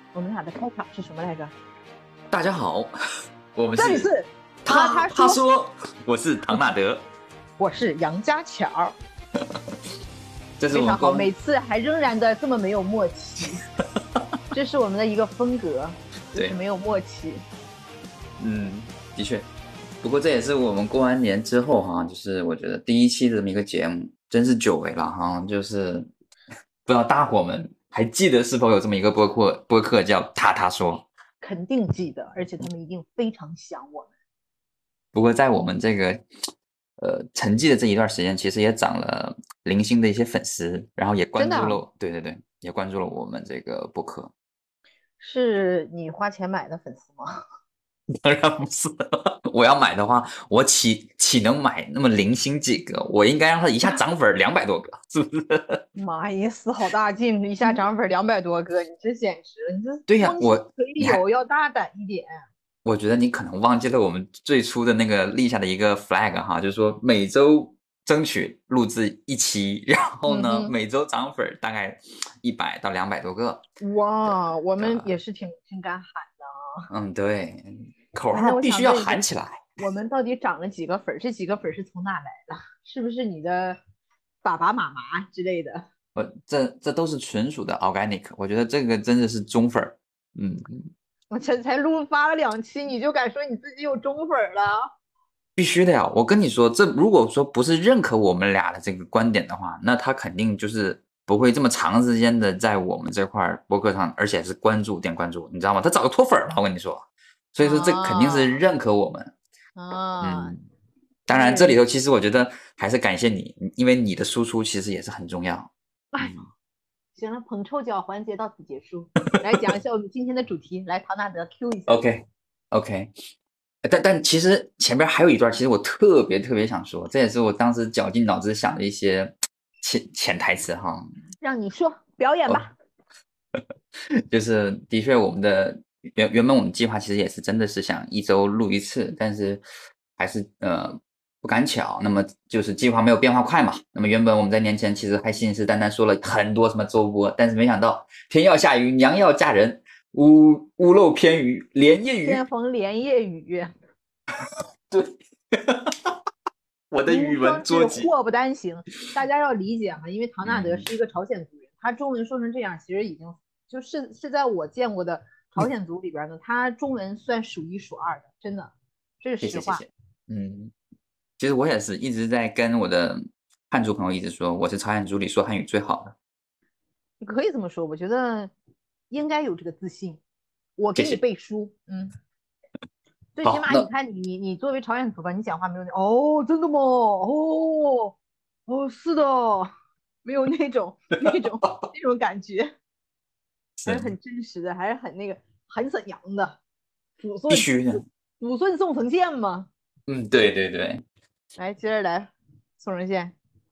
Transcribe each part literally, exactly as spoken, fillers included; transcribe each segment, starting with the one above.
我们俩的开场是什么来着？ 大家好，我们是这里是他他他说，我是唐纳德， 我是杨家巧， 这是非常好， 我们公每次还仍然的这么没有默契，这是我们的一个风格，就是对没有默契。 嗯，的确，不过这也是我们过完年之后哈，就是我觉得第一期的这么一个节目，真是久违了哈，就是不知道大伙们还记得是否有这么一个播客播客叫他他说。 肯定记得，而且他们一定非常想我们。 不过在我们这个呃沉寂的这一段时间，其实也涨了零星的一些粉丝，然后也关真的啊注了，对对对，也关注了我们这个播客。 是你花钱买的粉丝吗？ 当然不是，我要买的话，我岂岂能买那么零星几个？我应该让它一下涨粉两百多个，是不是？ 妈呀，死好大劲，一下涨粉两百多个，你这简直，你这对呀， 梦想我可以你还有，要大胆一点。 我觉得你可能忘记了我们最初的那个立下的一个 flag 哈，就是说每周争取录制一期，然后呢嗯哼， 每周涨粉大概一百到两百多个哇，我们的， 也是挺挺敢喊的。 嗯，对，口哎，那我号必须要想问一下， 喊起来。 我们到底涨了几个粉儿？这几个粉儿是从哪来的？是不是你的爸爸妈妈之类的？ 我这这都是纯属的 organic，我觉得这个真的是中粉儿，嗯。 我这才录发了两期，你就敢说你自己有中粉儿了？ 必须的呀！我跟你说，这如果说不是认可我们俩的这个观点的话，那他肯定就是不会这么长时间的在我们这块播客上，而且是关注点关注，你知道吗？他早就脱粉了，我跟你说。所以说这肯定是啊认可我们。 啊， 嗯，当然这里令人头其实我觉得还是感谢你，因为你的输出其实也是很重要。 哎， 嗯行了，捧臭脚环节到此结束，来讲一下我们今天的主题。来，唐纳德 Q 一下。 ，OK OK，但但其实前边还有一段，其实我特别特别想说，这也是我当时绞尽脑汁想的一些潜潜台词哈。 让你说，表演哦， 吧。 就是的确，我们的原原本我们计划其实也是真的是想一周录一次，但是还是呃不赶巧，那么就是计划没有变化快嘛。那么原本我们在年前其实还信誓旦旦说了很多什么周播，但是没想到天要下雨，娘要嫁人，屋屋漏偏雨连夜雨。 天逢连夜雨， 对，我的无语文双是捉急。 祸不单行，大家要理解哈，因为唐纳德嗯， 是一个朝鲜族人，他中文说成这样，其实已经就是是在我见过的朝鲜族里边呢，他中文算数一数二的，真的，这是实话。 谢谢谢谢。嗯，其实我也是一直在跟我的汉族朋友一直说，我是朝鲜族里说汉语最好的。 你可以这么说，我觉得应该有这个自信。我给你谢谢。 背书，嗯，最起好， 码你那看你你作为朝鲜族吧，你讲话没有那哦，真的吗？哦哦，是的，没有那种那种那种感觉。还是是很真实的，还是很那个很沈阳的，祖必孙须的。 祖孙宋承宪嘛。 嗯，对对对来，接着来，宋承宪。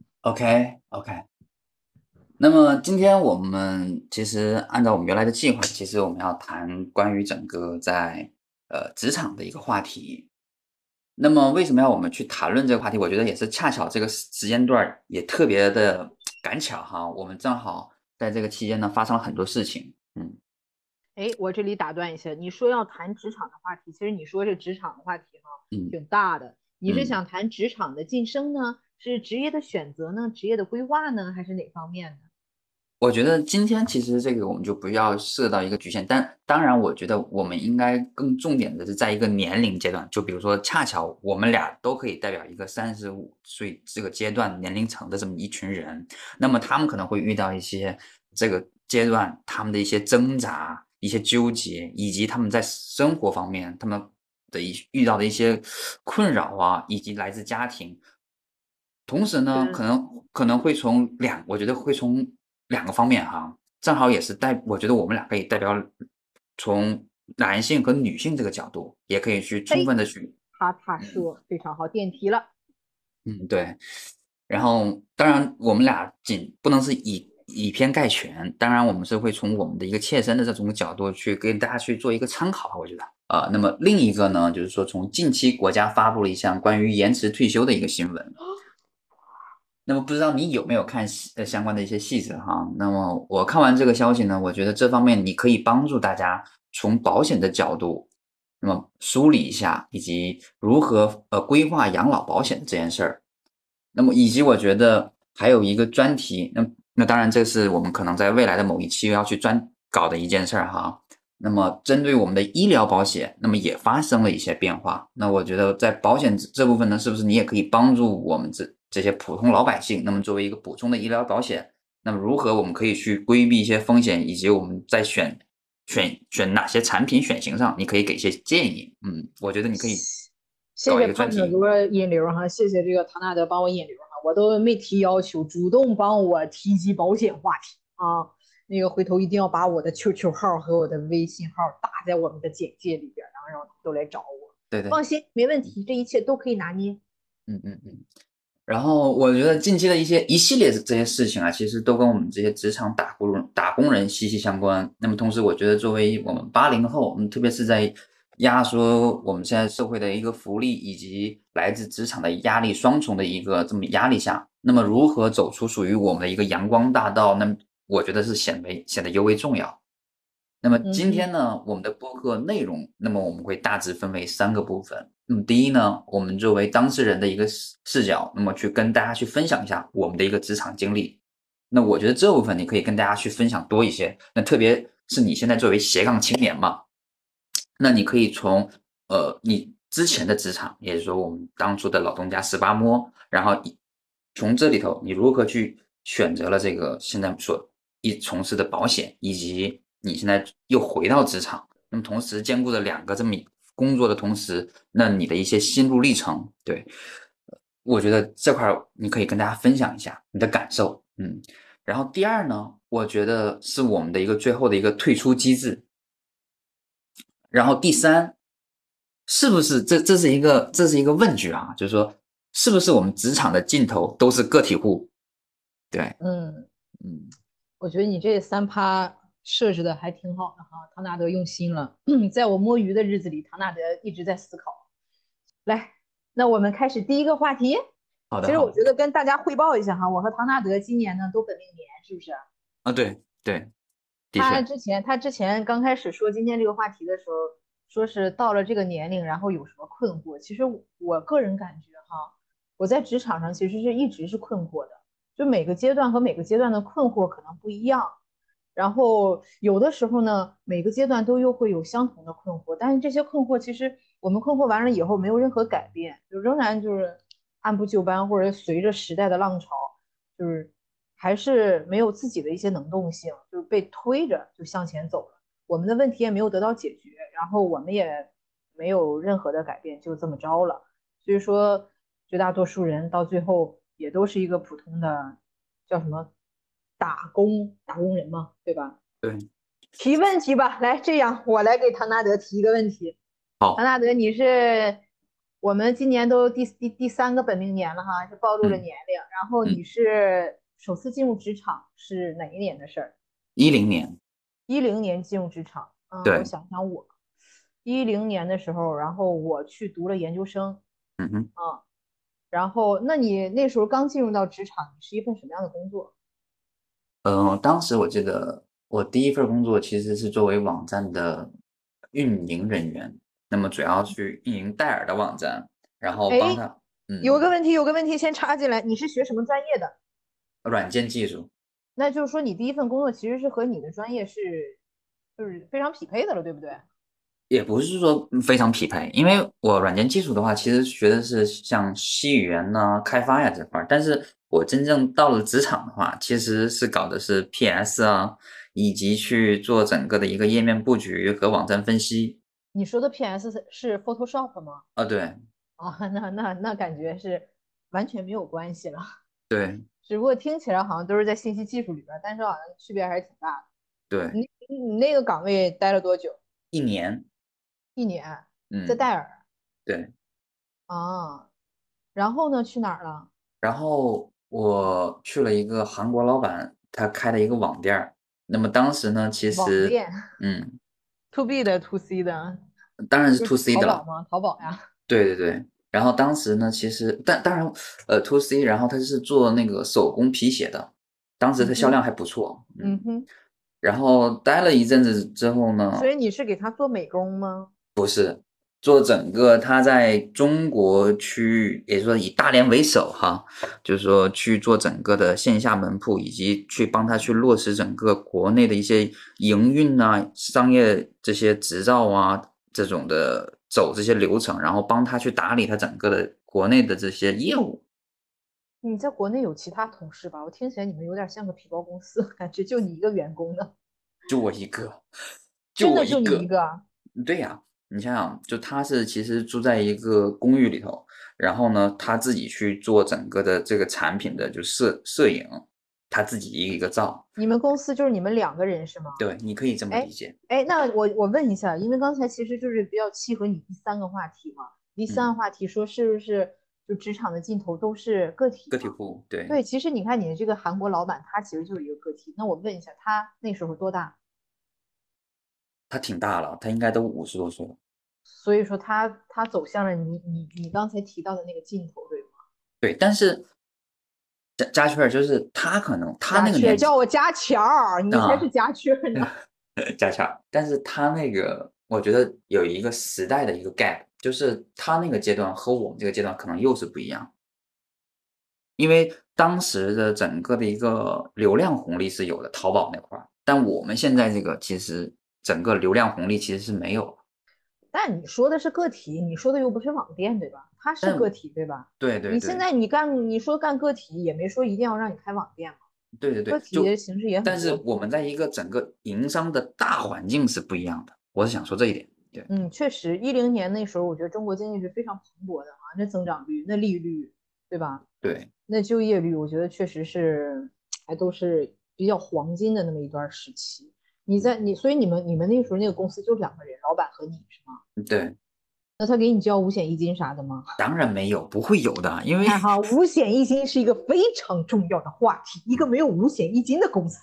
，OK OK。那么今天我们其实按照我们原来的计划，其实我们要谈关于整个在呃职场的一个话题。那么为什么要我们去谈论这个话题？我觉得也是恰巧这个时时间段儿也特别的赶巧哈，我们正好在这个期间呢发生了很多事情。嗯， 哎，我这里打断一下，你说要谈职场的话题，其实你说这职场的话题哈， 嗯挺大的。你是嗯。 想谈职场的晋升呢，是职业的选择呢，职业的规划呢，还是哪方面呢？ 我觉得今天其实这个我们就不要设到一个局限，但当然，我觉得我们应该更重点的是在一个年龄阶段，就比如说，恰巧我们俩都可以代表一个三十五岁这个阶段年龄层的这么一群人，那么他们可能会遇到一些这个阶段他们的一些挣扎、一些纠结，以及他们在生活方面他们的一遇到的一些困扰啊，以及来自家庭，同时呢，可是， 能可能会从两，我觉得会从两个方面哈，正好也是代，我觉得我们俩可以代表从男性和女性这个角度，也可以去充嘿， 分的去， 他他嗯说非常好，点题了。 嗯，对。然后当然我们俩仅不能是以以偏概全，当然我们是会从我们的一个切身的这种角度去跟大家去做一个参考，我觉得。呃，那么另一个呢，就是说从近期国家发布了一项关于延迟退休的一个新闻。 那么不知道你有没有看呃相关的一些细则哈？那么我看完这个消息呢，我觉得这方面你可以帮助大家从保险的角度，那么梳理一下，以及如何呃规划养老保险这件事儿。那么以及我觉得还有一个专题，那那当然这是我们可能在未来的某一期要去专搞的一件事儿哈。那么针对我们的医疗保险，那么也发生了一些变化。那我觉得在保险这部分呢，是不是你也可以帮助我们这这些普通老百姓？那么作为一个补充的医疗保险，那么如何我们可以去规避一些风险，以及我们在选选选哪些产品选型上，你可以给一些建议。嗯，我觉得你可以搞一谢谢个专题。 胖子给我引流哈，谢谢这个唐纳德帮我引流哈，我都没提要求，主动帮我提及保险话题啊。那个回头一定要把我的 Q Q 号和我的微信号打在我们的简介里边，然后让他们都来找我。 对对， 放心，没问题，这一切都可以拿捏。 嗯嗯嗯。然后我觉得近期的一些一系列的这些事情啊，其实都跟我们这些职场打工人打工人息息相关。那么同时，我觉得作为我们八零后，嗯，特别是在压缩我们现在社会的一个福利以及来自职场的压力双重的一个这么压力下，那么如何走出属于我们的一个阳光大道，那么我觉得是显为显得尤为重要。那么今天嗯呢，我们的播客内容，那么我们会大致分为三个部分。那么第一呢，我们作为当事人的一个视视角，那么去跟大家去分享一下我们的一个职场经历。那我觉得这部分你可以跟大家去分享多一些。那特别是你现在作为斜杠青年嘛，那你可以从呃你之前的职场，也就是说我们当初的老东家十八摸，然后从这里头你如何去选择了这个现在所一从事的保险，以及你现在又回到职场，那么同时兼顾着两个这么工作的同时，那你的一些心路历程，对，我觉得这块你可以跟大家分享一下你的感受，嗯，然后第二呢，我觉得是我们的一个最后的一个退出机制，然后第三，是不是这这是一个这是一个问句啊？就是说，是不是我们职场的尽头都是个体户？对， 嗯， 嗯， 我觉得你这三趴设置的还挺好的哈，唐纳德用心了。在我摸鱼的日子里，唐纳德一直在思考。来，那我们开始第一个话题。 好的， 其实我好的， 觉得跟大家汇报一下哈，我和唐纳德今年呢都本命年，是不是？ 啊，对对，的确， 他之前他之前刚开始说今天这个话题的时候，说是到了这个年龄，然后有什么困惑。其实我个人感觉哈，我在职场上其实是一直是困惑的，就每个阶段和每个阶段的困惑可能不一样。然后有的时候呢，每个阶段都又会有相同的困惑，但是这些困惑其实我们困惑完了以后没有任何改变，就仍然就是按部就班，或者随着时代的浪潮，就是还是没有自己的一些能动性，就是被推着就向前走了。我们的问题也没有得到解决，然后我们也没有任何的改变，就这么着了。所以说，绝大多数人到最后也都是一个普通的叫什么打工打工人嘛，对吧？ 对， 提问题吧，来，这样我来给唐纳德提一个问题。唐好， 纳德，你是我们今年都第第第三个本命年了哈，是暴露了嗯年龄。然后嗯， 你是首次进入职场是哪一年的事儿？ 一零年， 一零年进入职场。嗯，我对， 想想我一零年的时候，然后我去读了研究生。 嗯哼， 嗯，然后那你那时候刚进入到职场，你是一份什么样的工作？ 呃，当时我记得我第一份工作其实是作为网站的运营人员，那么主要去运营戴尔的网站，然后帮哎， 他，嗯， 有个问题，有个问题先插进来，你是学什么专业的？ 软件技术。 那就是说你第一份工作其实是和你的专业是就是非常匹配的了，对不对？ 也不是说非常匹配，因为我软件技术的话，其实学的是像 C 语言呐、开发呀这块儿，但是我真正到了职场的话，其实是搞的是 P S 啊，以及去做整个的一个页面布局和网站分析。 你说的 P S 是是 Photoshop 吗？ 啊，对啊，那那那感觉是完全没有关系了， 对只不过听起来好像都是在信息技术里边，但是好像区别还是挺大的。 对， 你你那个岗位待了多久？ 一年， 一年，在嗯， 戴尔对。 啊。然后呢，去哪儿了？ 然后我去了一个韩国老板他开的一个网店儿，那么当时呢，其实， 网店嗯， ，to B 的，to C 的， 当然是就是 to C 的了。 淘宝吗？淘宝呀。 对对对， 然后当时呢，其实但当然，呃，to C，然后他是做那个手工皮鞋的，当时嗯哼， 他销量还不错，嗯。 嗯哼， 然后待了一阵子之后呢， 所以你是给他做美工吗？ 做整个他在中国区域，也就是说以大连为首哈，就是说去做整个的线下门铺，以及去帮他去落实整个国内的一些营运啊、商业这些执照啊这种的走这些流程，然后帮他去打理他整个的国内的这些业务。 你在国内有其他同事吧？我听起来你们有点像个皮包公司，感觉就你一个员工呢， 就我一个，就真的就你一我一个。 个啊？ 对呀，你想想，就他是其实住在一个公寓里头，然后呢，他自己去做整个的这个产品的就摄摄影，他自己一个一个照。 你们公司就是你们两个人是吗？ 对，你可以这么理哎解。 哎，那我我问一下，因为刚才其实就是比较契合你第三个话题嘛。第三嗯， 个话题说是不是就职场的尽头都是个体个体嘛？ 户，对， 对，其实你看你的这个韩国老板，他其实就是一个个体。那我问一下，他那时候多大？ 他挺大了，他应该都五十多岁了。 所以说他他走向了你你你刚才提到的那个尽头，对吗？ 对，但是加加圈儿就是他可能他加那个年纪缺叫我加钱儿，你才是啊， 加缺呢。 加圈儿，但是他那个我觉得有一个时代的一个 gap，就是他那个阶段和我们这个阶段可能又是不一样。因为当时的整个的一个流量红利是有的，淘宝那块儿，但我们现在这个其实整个流量红利其实是没有。 但你说的是个体，你说的又不是网店，对吧？他是个但体，对吧？ 对对对你现在你干，你说干个体，也没说一定要让你开网店嘛。 对对对， 个体的就形式也很但是多。 我们在一个整个营商的大环境是不一样的，我是想说这一点。对嗯，确实，一零年那时候，我觉得中国经济是非常蓬勃的啊，那增长率、那利率，对吧？ 对， 那就业率，我觉得确实是还都是比较黄金的那么一段时期。你在你，所以你们你们那时候那个公司就两个人，老板和你是吗？ 对， 那他给你交五险一金啥的吗？ 当然没有，不会有的，因为你看哈，五险一金是一个非常重要的话题，一个没有五险一金的公司，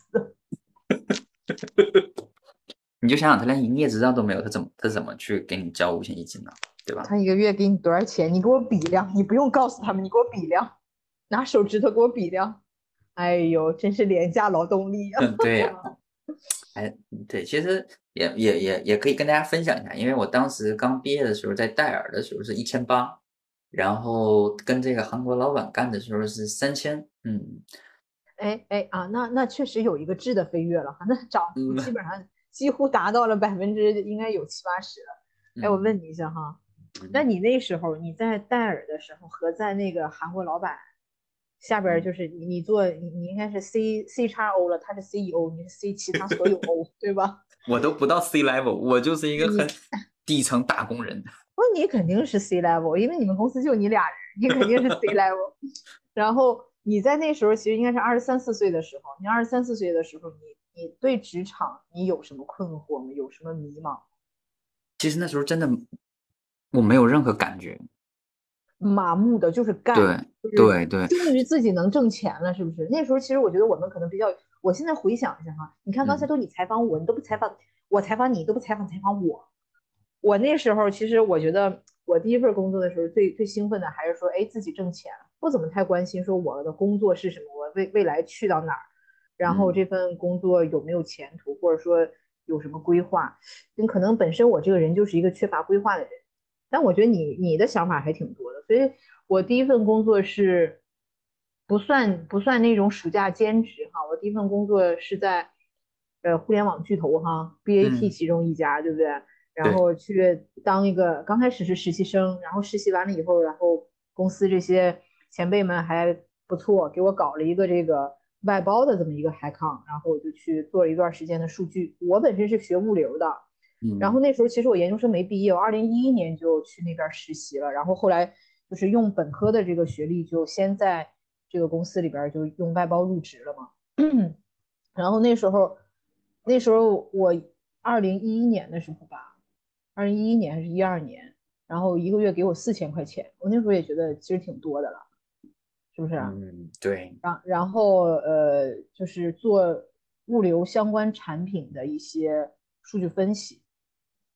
你就想想，他连营业执照都没有，他怎么他怎么去给你交五险一金呢？对吧？ 他一个月给你多少钱？你给我比量，你不用告诉他们，你给我比量，拿手指头给我比量。哎呦，真是廉价劳动力啊！ 嗯，对呀、哎，对，其实也也也也可以跟大家分享一下，因为我当时刚毕业的时候，在戴尔的时候是一千八，然后跟这个韩国老板干的时候是三千，嗯哎哎啊，那那确实有一个质的飞跃了哈，那涨幅基嗯本上几乎达到了百分之应该有七八十了。哎，我嗯问你一下哈，那嗯你那时候你在戴尔的时候和在那个韩国老板下边嗯， 就是你你做你你应该是 C C 叉 O 了，他是 C E O，你是 C 其他所有 O 对吧？ 我都不到 C level，我就是一个很你底层打工人。 不，你肯定是 C level，因为你们公司就你俩人，你肯定是 C level。然后你在那时候其实应该是二十三四岁的时候，你二十三四岁的时候，你你对职场你有什么困惑吗？有什么迷茫？ 其实那时候真的我没有任何感觉， 麻木的，就是干， 对就是对对， 终于自己能挣钱了，是不是？那时候其实我觉得我们可能比较，我现在回想一下哈，你看刚才嗯都你采访我，你都不采访我，采访你都不采访采访我。我那时候其实我觉得我第一份工作的时候最最兴奋的还是说，哎，自己挣钱，不怎么太关心说我的工作是什么，我未未来去到哪儿，然后嗯这份工作有没有前途，或者说有什么规划。因为可能本身我这个人就是一个缺乏规划的人，但我觉得你你的想法还挺多的，所以我第一份工作是不算不算那种暑假兼职哈，我第一份工作是在呃互联网巨头哈，B A T 嗯， 其中一家，对不对？然对， 后去当一个刚开始是实习生，然后实习完了以后，然后公司这些前辈们还不错，给我搞了一个这个外包的这么一个海康，然后我就去做了一段时间的数据。我本身是学物流的，然后嗯那时候其实我研究生没毕业，我二零一一年就去那边实习了，然后后来就是用本科的这个学历，就先在这个公司里边就用外包入职了嘛。然后那时候，那时候我二零一一年的时候吧，二零一一年还是一二年，然后一个月给我四千块钱，我那时候也觉得其实挺多的了，是不是啊？ 嗯对， 然然后呃，就是做物流相关产品的一些数据分析，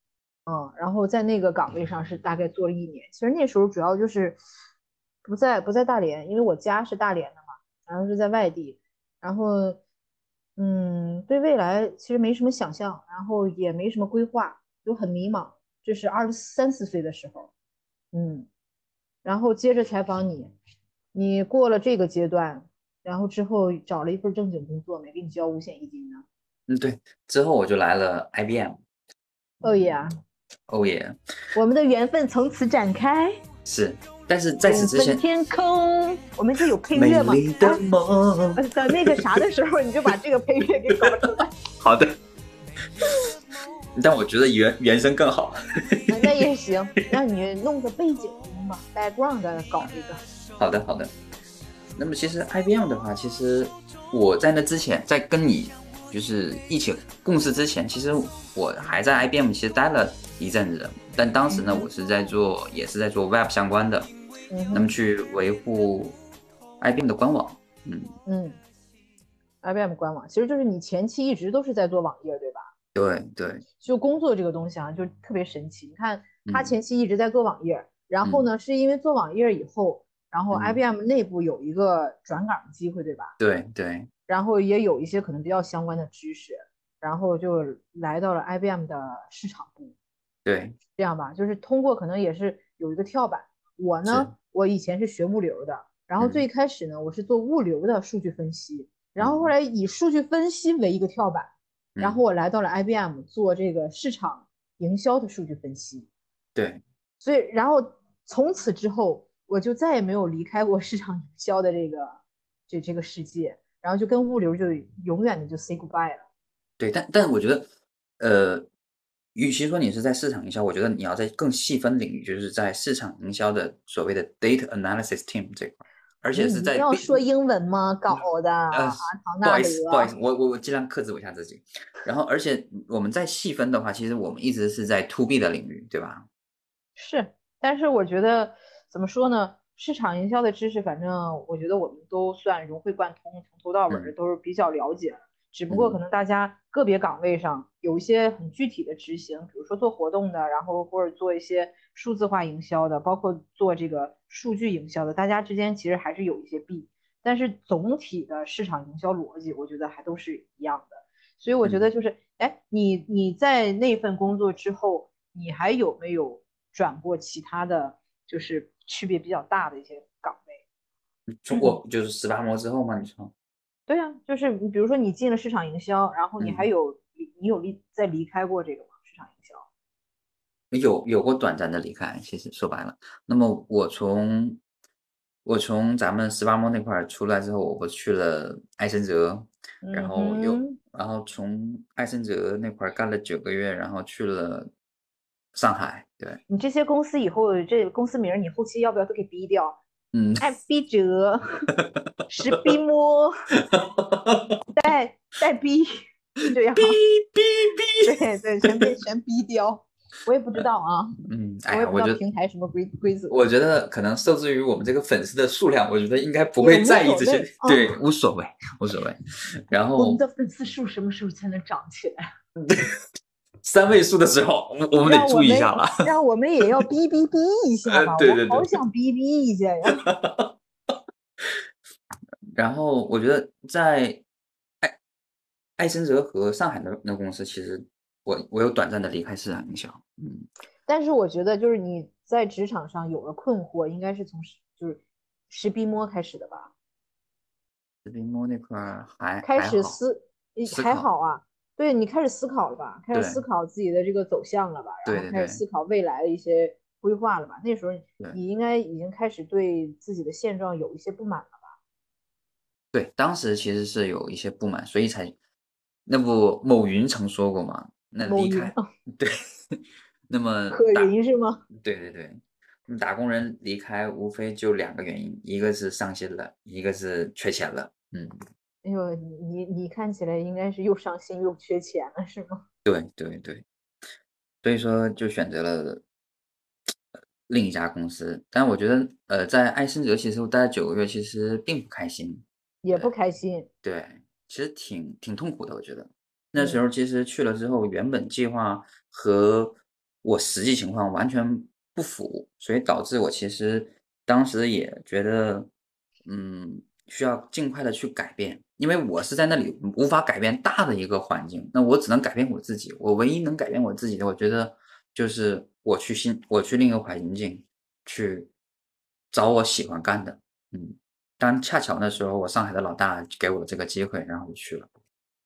嗯，然后在那个岗位上是大概做了一年。其实那时候主要就是不在不在大连，因为我家是大连的嘛，然后是在外地，然后嗯，对未来其实没什么想象，然后也没什么规划，就很迷茫。这是二十三四岁的时候，嗯，然后接着采访你，你过了这个阶段，然后之后找了一份正经工作，没给你交五险一金呢？ 嗯，对，之后我就来了 I B M。 哦耶， 哦耶， 我们的缘分从此展开。 是，但是在此缘分之前， 天空，我们这有配美乐吗？ 丽的哎， 梦。 呃，等那个啥的时候，你就把这个配乐给搞出来。 好的，但我觉得原原声更好。 啊，那也行，让你弄个背景音吧，background 搞一个。 好的，好的。那么其实 I B M 的话，其实我在那之前，在跟你就是一起共事之前，其实我还在 I B M 其实待了一阵子的，但当时呢， 嗯我是在做也是在做 Web 相关的，那么嗯哼去维护 I B M 的官网。嗯， 嗯，I B M 官网其实就是你前期一直都是在做网页，对吧？ 对对。 就工作这个东西啊，就特别神奇。你看他嗯前期一直在做网页，然后嗯呢，是因为做网页以后，然后嗯， I B M 内部有一个转岗的机会，对吧？ 对对然后也有一些可能比较相关的知识，然后就来到了 I B M 的市场部， 对， 这样吧，就是通过可能也是有一个跳板。我是。 呢，我以前是学物流的，然后嗯最开始呢，我是做物流的数据分析，然后后嗯来以数据分析为一个跳板，然后嗯， 我来到了 I B M 做这个市场营销的数据分析， 对。 所以然后从此之后，我就再也没有离开过市场营销的这个这这个世界，然后就跟物流就永远的就 say goodbye 了。 对，但但我觉得，呃，与其说你是在市场营销，我觉得你要在更细分领域，就是在市场营销的所谓的 data analysis team 这块，而且是你一定在并要说英文吗？搞的呃， 阿唐纳德。 不好意思，不好意思，我我我尽量克制我一下自己。然后，而且我们在细分的话，其实我们一直是在 to B 的领域，对吧？ 是，但是我觉得怎么说呢？市场营销的知识，反正我觉得我们都算融会贯通，从头到尾儿嗯都是比较了解的。只不过可嗯能大家个别岗位上有一些很具体的执行，比如说做活动的，然后或者做一些数字化营销的，包括做这个数据营销的，大家之间其实还是有一些弊。但是总体的市场营销逻辑，我觉得还都是一样的。所以我觉得嗯。 就是，哎，你你在那份工作之后，你还有没有转过其他的就是区别比较大的一些岗位？ 从我就是十八模之后嘛，你说。 对啊，就是你比如说你进了市场营销，然后你还嗯。 有你有离再离开过这个吗？市场营销？ 有有过短暂的离开，其实说白了。那么我从我从咱们十八摸那块儿出来之后，我不去了艾森哲，然嗯后又哼， 然后从艾森哲那块儿干了九个月，然后去了上海。对。 你这些公司以后这个公司名你后期要不要都给逼掉？ 嗯。 爱逼折，实逼摸，带逼，就这样。 哔哔哔。 对对，全被全逼掉。我也不知道啊， 嗯，哎呀， 我也不知道我觉得平台什么规规则。 我觉得可能受制于我们这个粉丝的数量，我觉得应该不也会无所在意这些， 谓啊。 对，无所谓，无所谓。然后我们的粉丝数什么时候才能涨起来？ 三位数的时候，我我们得让我们注意一下了。 让我们也要哔哔哔一下呃， 吧，我对对对。 好想哔哔一下呀。 然后我觉得在艾艾森哲和上海的那个公司，其实我我有短暂的离开市场营销。嗯， 但是我觉得，就是你在职场上有了困惑，应该是从就是拾逼摸开始的吧？ 视频摸那块儿还开还好， 始思，还思考。 好啊。对你开始思考了吧？开始思对考自己的这个走向了吧？然后开始对对对思考未来的一些规划了吧？那时候对你应该已经开始对自己的现状有一些不满了吧？ 对，当时其实是有一些不满，所以才那不某云曾说过嘛，那某云， 离开。对。那么可打云是吗？ 对对对，那么打工人离开无非就两个原因，一个是伤心了，一个是缺钱了。嗯， 哎呦，你你你看起来应该是又伤心又缺钱了，是吗？ 对对对。所以说就选择了呃另一家公司。但我觉得，呃，在艾森哲其实我待了九个月，其实并不开心。 也不开心。 对，其实挺挺痛苦的，我觉得。那时嗯候其实去了之后，原本计划和我实际情况完全不符，所以导致我其实当时也觉得，嗯，需要尽快的去改变。因为我是在那里无法改变大的一个环境，那我只能改变我自己。我唯一能改变我自己的，我觉得就是我去新我去另一个环境去找我喜欢干的。嗯，当恰巧那时候我上海的老大给我这个机会，然后我去了。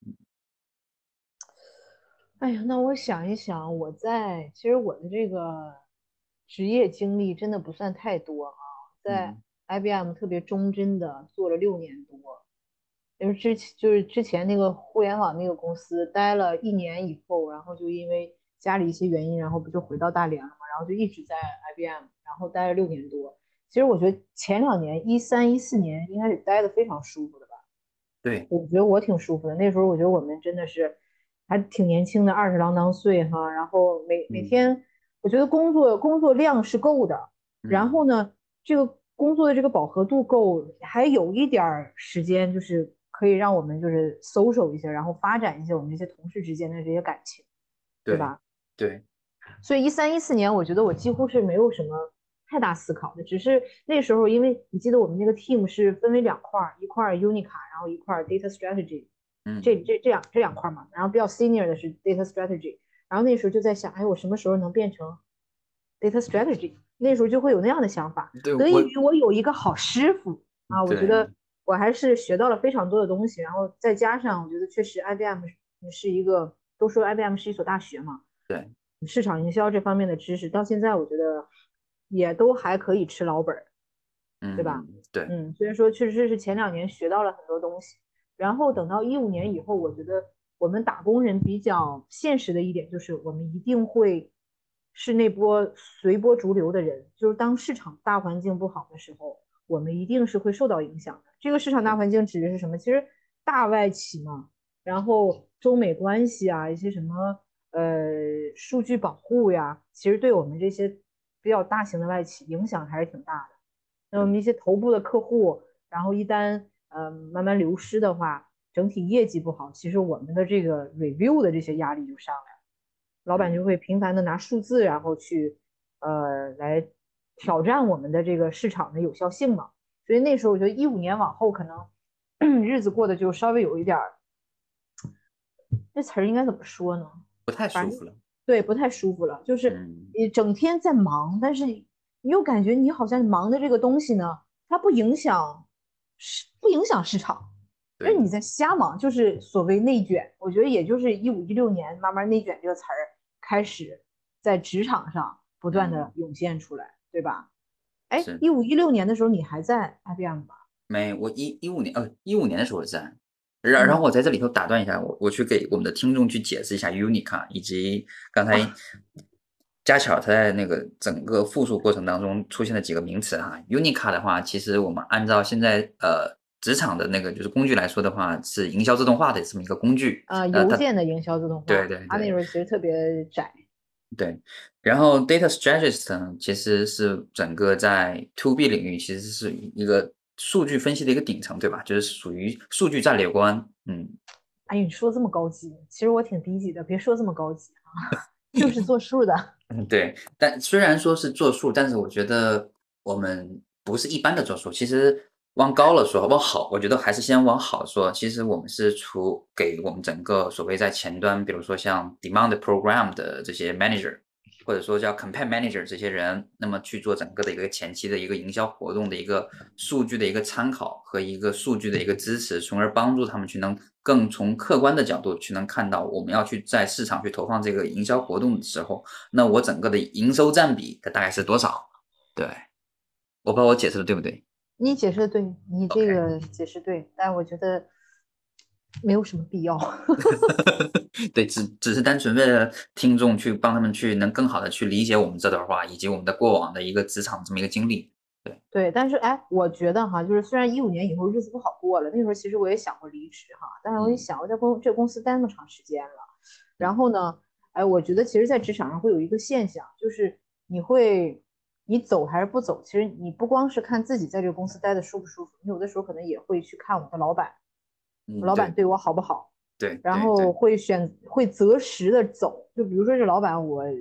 哎呀，那我想一想，我在其实我的这个职业经历真的不算太多啊，在嗯 I B M 特别忠贞的做了六年多，就是之前就是之前那个互联网那个公司待了一年以后，然后就因为家里一些原因，然后不就回到大连了嘛，然后就一直在 I B M，然后待了六年多。其实我觉得前两年一三一四年应该是待的非常舒服的吧。 对， 我觉得我挺舒服的。那时候我觉得我们真的是还挺年轻的，二十郎当岁哈。然后每每嗯天，我觉得工作工作量是够的。然嗯， 后呢，这个工作的这个饱和度够，还有一点儿时间，就是可以让我们就是 social 一下，然后发展一些我们这些同事之间的这些感情，对对吧？ 对， 所以一三一四年，我觉得我几乎是没有什么太大思考的，只是那时候因为你记得我们那个 team 是分为两块一块 Unica，然后一块 Data Strategy，这嗯这这两这两块嘛，然后比较 senior 的是 Data Strategy，然后那时候就在想，哎，我什么时候能变成 Data Strategy？那时候就会有那样的想法， 对，我得益于我有一个好师傅啊，我觉对得我还是学到了非常多的东西，然后再加上我觉得确实 I B M 是一个，都说 I B M 是一所大学嘛。 对， 市场营销这方面的知识，到现在我觉得也都还可以吃老本儿，对吧？ 嗯对， 嗯，所以说确实是前两年学到了很多东西，然后等到一五年以后，我觉得我们打工人比较现实的一点就是，我们一定会是那波随波逐流的人，就是当市场大环境不好的时候，我们一定是会受到影响的。这个市场大对环境指的是什么？其实大外企嘛，然后中美关系啊，一些什么呃数据保护呀，其实对我们这些比较大型的外企影响还是挺大的。那我对， 们一些头部的客户，然后一旦呃慢慢流失的话，整体业绩不好，其实我们的这个 review 的这些压力就上来了，老板就嗯会频繁的拿数字，然后去呃来挑战我们的这个市场的有效性嘛。所以那时候我觉得一五年往后可能日子过得就稍微有一点儿，这词儿应该怎么说呢？ 不太反正舒服了。 对不太舒服了，就是嗯你整天在忙，但是你又感觉你好像忙的这个东西呢，它不影响市不影响市场，但是对， 你在瞎忙，就是所谓内卷。我觉得也就是一五一六年，慢慢内卷这个词儿开始在职场上不断的嗯涌现出来，对吧？哎， 是。 一五一六年的时候你还在 I B M 吧？ 没，我一一五年，呃，一五年的时候在，然然后嗯我在这里头打断一下，我我去给我们的听众去解释一下 Unica，以及刚才啊， 佳巧他在那个整个复述过程当中出现的几个名词哈。Unica 的话，其实我们按照现在呃职场的那个就是工具来说的话，是营销自动化的这么一个工具。 呃， 呃， 邮它件的营销自动化， 对对对， 它那时候其实特别窄。 对，然后 data strategist 呢，其实是整个在 to B 领域其实是一个数据分析的一个顶层，对吧？就是属于数据战略官。嗯， 哎，你说这么高级，其实我挺低级的，别说这么高级啊，就是做数的。 嗯，对。但虽然说是做数，但是我觉得我们不是一般的做数。其实往高了说，往好，我觉得还是先往好说。其实我们是除给我们整个所谓在前端，比如说像 demand program 的这些 manager，或者说叫 campaign manager 这些人，那么去做整个的一个前期的一个营销活动的一个数据的一个参考和一个数据的一个支持，从而帮助他们去能更从客观的角度去能看到我们要去在市场去投放这个营销活动的时候，那我整个的营收占比它大概是多少？对，我不知道我解释的对不对你解释的对，你这 ？OK， 个解释对，但我觉得没有什么必要。 对，只只是单纯为了听众去帮他们去能更好的去理解我们这段话，以及我们的过往的一个职场这么一个经历。对， 对，但是哎，我觉得哈，就是虽然一五年以后日子不好过了，那时候其实我也想过离职哈，但是我一嗯想，我在公这公司待那么长时间了，然嗯后呢，哎，我觉得其实，在职场上会有一个现象，就是你会你走还是不走，其实你不光是看自己在这个公司待的舒不舒服，你有的时候可能也会去看我的老板，我嗯，对老板对我好不好， 对然对对， 后会选会择时的走，就比如说这老板我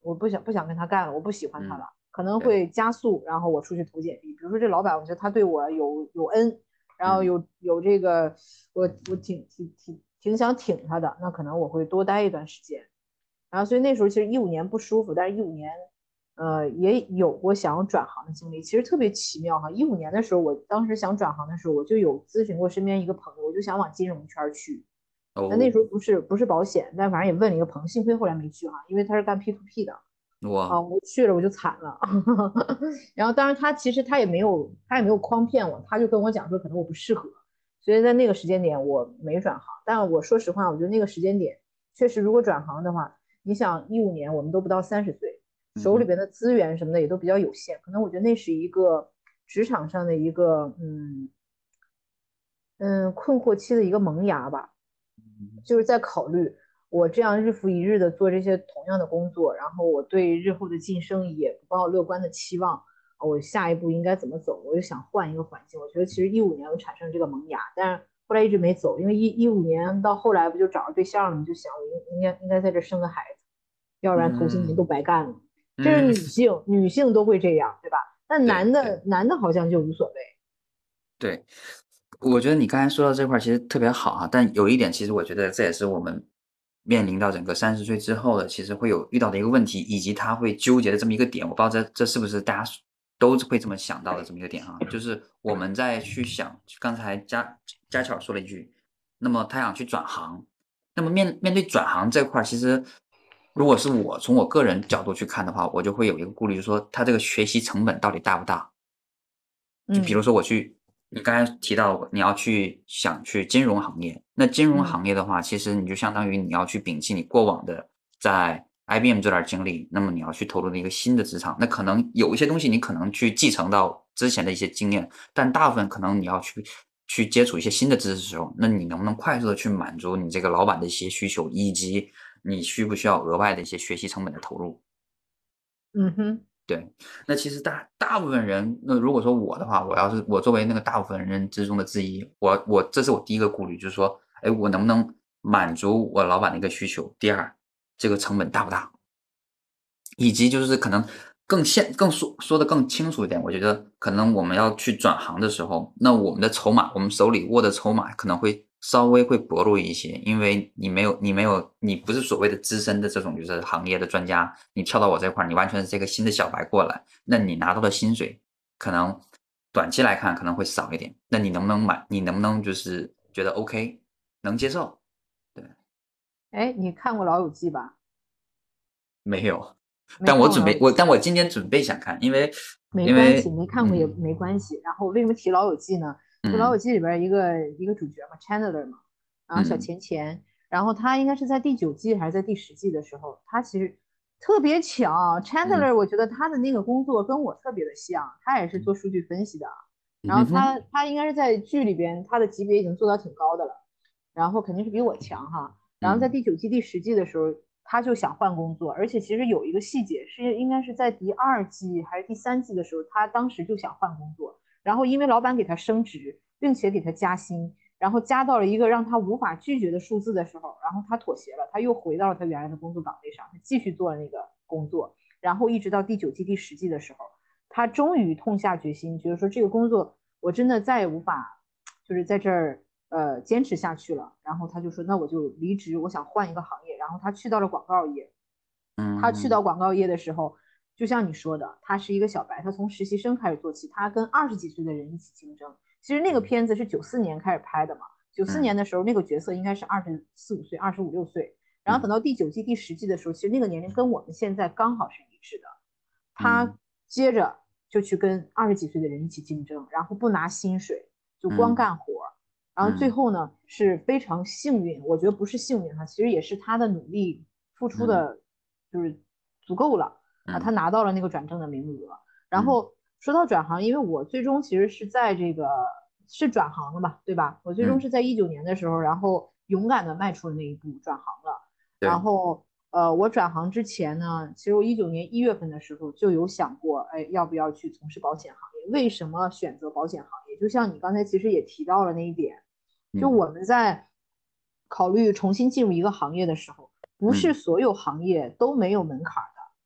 我不想不想跟他干了，我不喜欢他嗯， 了，可能对， 会加速，然后我出去投简历。比如说这老板，我觉得他对我有有恩，然后嗯有有这个，我我挺挺挺挺想挺他的，那可能我会多待一段时间。然后所以那时候其实一五年不舒服，但是一五年，呃，也有过想要转行的经历，其实特别奇妙哈。一五年的时候，我当时想转行的时候，我就有咨询过身边一个朋友，我就想往金融圈去。那那哦， 时候不是不是保险，但反正也问了一个朋友，幸亏后来没去哈，因为他是干 P to P 的啊， 我我去了我就惨了。然后当然他其实他也没有他也没有诓骗我，他就跟我讲说可能我不适合，所以在那个时间点我没转行。但我说实话，我觉得那个时间点确实如果转行的话，你想一五年我们都不到三十岁， 嗯哼手里边的资源什么的也都比较有限，可能我觉得那是一个职场上的一个嗯嗯困惑期的一个萌芽吧。 嗯就是在考虑我这样日复一日的做这些同样的工作，然后我对日后的晋升也不抱乐观的期望，我下一步应该怎么走？我就想换一个环境。我觉得其实一五年我产生这个萌芽，但是后来一直没走，因为一一五年到后来不就找着对象了吗？就想我应应该应该在这生个孩子，要不然头些年都嗯白干了。这是嗯， 女性，女性都会这样，对吧？但男对对。 的男的好像就无所谓。 对，我觉得你刚才说到这块儿其实特别好哈，但有一点，其实我觉得这也是我们面临到整个三十岁之后的，其实会有遇到的一个问题，以及他会纠结的这么一个点。我不知道这这是不是大家都会这么想到的这么一个点哈，就是我们在去想，刚才佳佳巧说了一句，那么他想去转行，那么面面对转行这块儿，其实如果是我从我个人角度去看的话，我就会有一个顾虑，就是说他这个学习成本到底大不大？就比嗯如说我去，你刚才提到你要去想去金融行业，那金融嗯行业的话，其实你就相当于你要去摒弃你过往的在 I B M 这段经历，那么你要去投入的一个新的职场，那可能有一些东西你可能去继承到之前的一些经验，但大部分可能你要去去接触一些新的知识的时候，那你能不能快速的去满足你这个老板的一些需求，以及你需不需要额外的一些学习成本的投入？ 嗯哼对，那其实大大部分人，那如果说我的话，我要是我作为那个大部分人之中的之一，我我这是我第一个顾虑，就是说，哎，我能不能满足我老板的一个需求？第二，这个成本大不大？以及就是可能更现更说说的更清楚一点，我觉得可能我们要去转行的时候，那我们的筹码，我们手里握的筹码可能会稍微会薄弱一些，因为你没有你没有你不是所谓的资深的这种就是行业的专家，你跳到我这块儿，你完全是这个新的小白过来，那你拿到的薪水可能短期来看可能会少一点，那你能不能买？你能不能就是觉得 OK 能接受？对， 哎，你看过《老友记》吧？ 没有。 没但我看过《老友记》。 准备我但我今天准备想看，因为因没关系， 为没看过也嗯没关系。然后为什么提《老友记》呢？就《老友嗯记》里边一个一个主角嘛，Chandler 嘛，然后小嗯钱钱，然后他应该是在第九季还是在第十季的时候，他其实特别巧嗯 ，Chandler 我觉得他的那个工作跟我特别的像，他也是嗯做数据分析的，然后嗯哼他他应该是在剧里边他的级别已经做到挺高的了，然后肯定是比我强哈。然后在嗯第九季第十季的时候，他就想换工作，而且其实有一个细节是应该是在第二季还是第三季的时候，他当时就想换工作，然后因为老板给他升职，并且给他加薪，然后加到了一个让他无法拒绝的数字的时候，然后他妥协了，他又回到了他原来的工作岗位上，他继续做了那个工作，然后一直到第九季第十季的时候，他终于痛下决心，觉得说这个工作我真的再也无法就是在这儿呃坚持下去了，然后他就说那我就离职，我想换一个行业，然后他去到了广告业。他去嗯到广告业的时候，就像你说的，他是一个小白，他从实习生开始做起，他跟二十几岁的人一起竞争。其实那个片子是九四年开始拍的嘛，九四嗯年的时候那个角色应该是二十四五岁、二十五六岁，然后等嗯到第九季、第十季的时候，其实那个年龄跟我们现在刚好是一致的。他嗯接着就去跟二十几岁的人一起竞争，然后不拿薪水，就光嗯干活。然后最嗯后呢是非常幸运，我觉得不是幸运哈，其实也是他的努力付出嗯的，就是足够了啊，他嗯拿到了那个转正的名额。然嗯后说到转行，因为我最终其实是在这个是转行了嘛，对吧？我最终嗯， 是在一九年的时候，然后勇敢的迈出了那一步，转行了。然对， 后呃，我转行之前呢，其实我一九年一月份的时候就有想过，哎，要不要去从事保险行业？为什么选择保险行业？就像你刚才其实也提到了那一点，就嗯我们在考虑重新进入一个行业的时候，不是嗯所有行业都没有门槛的。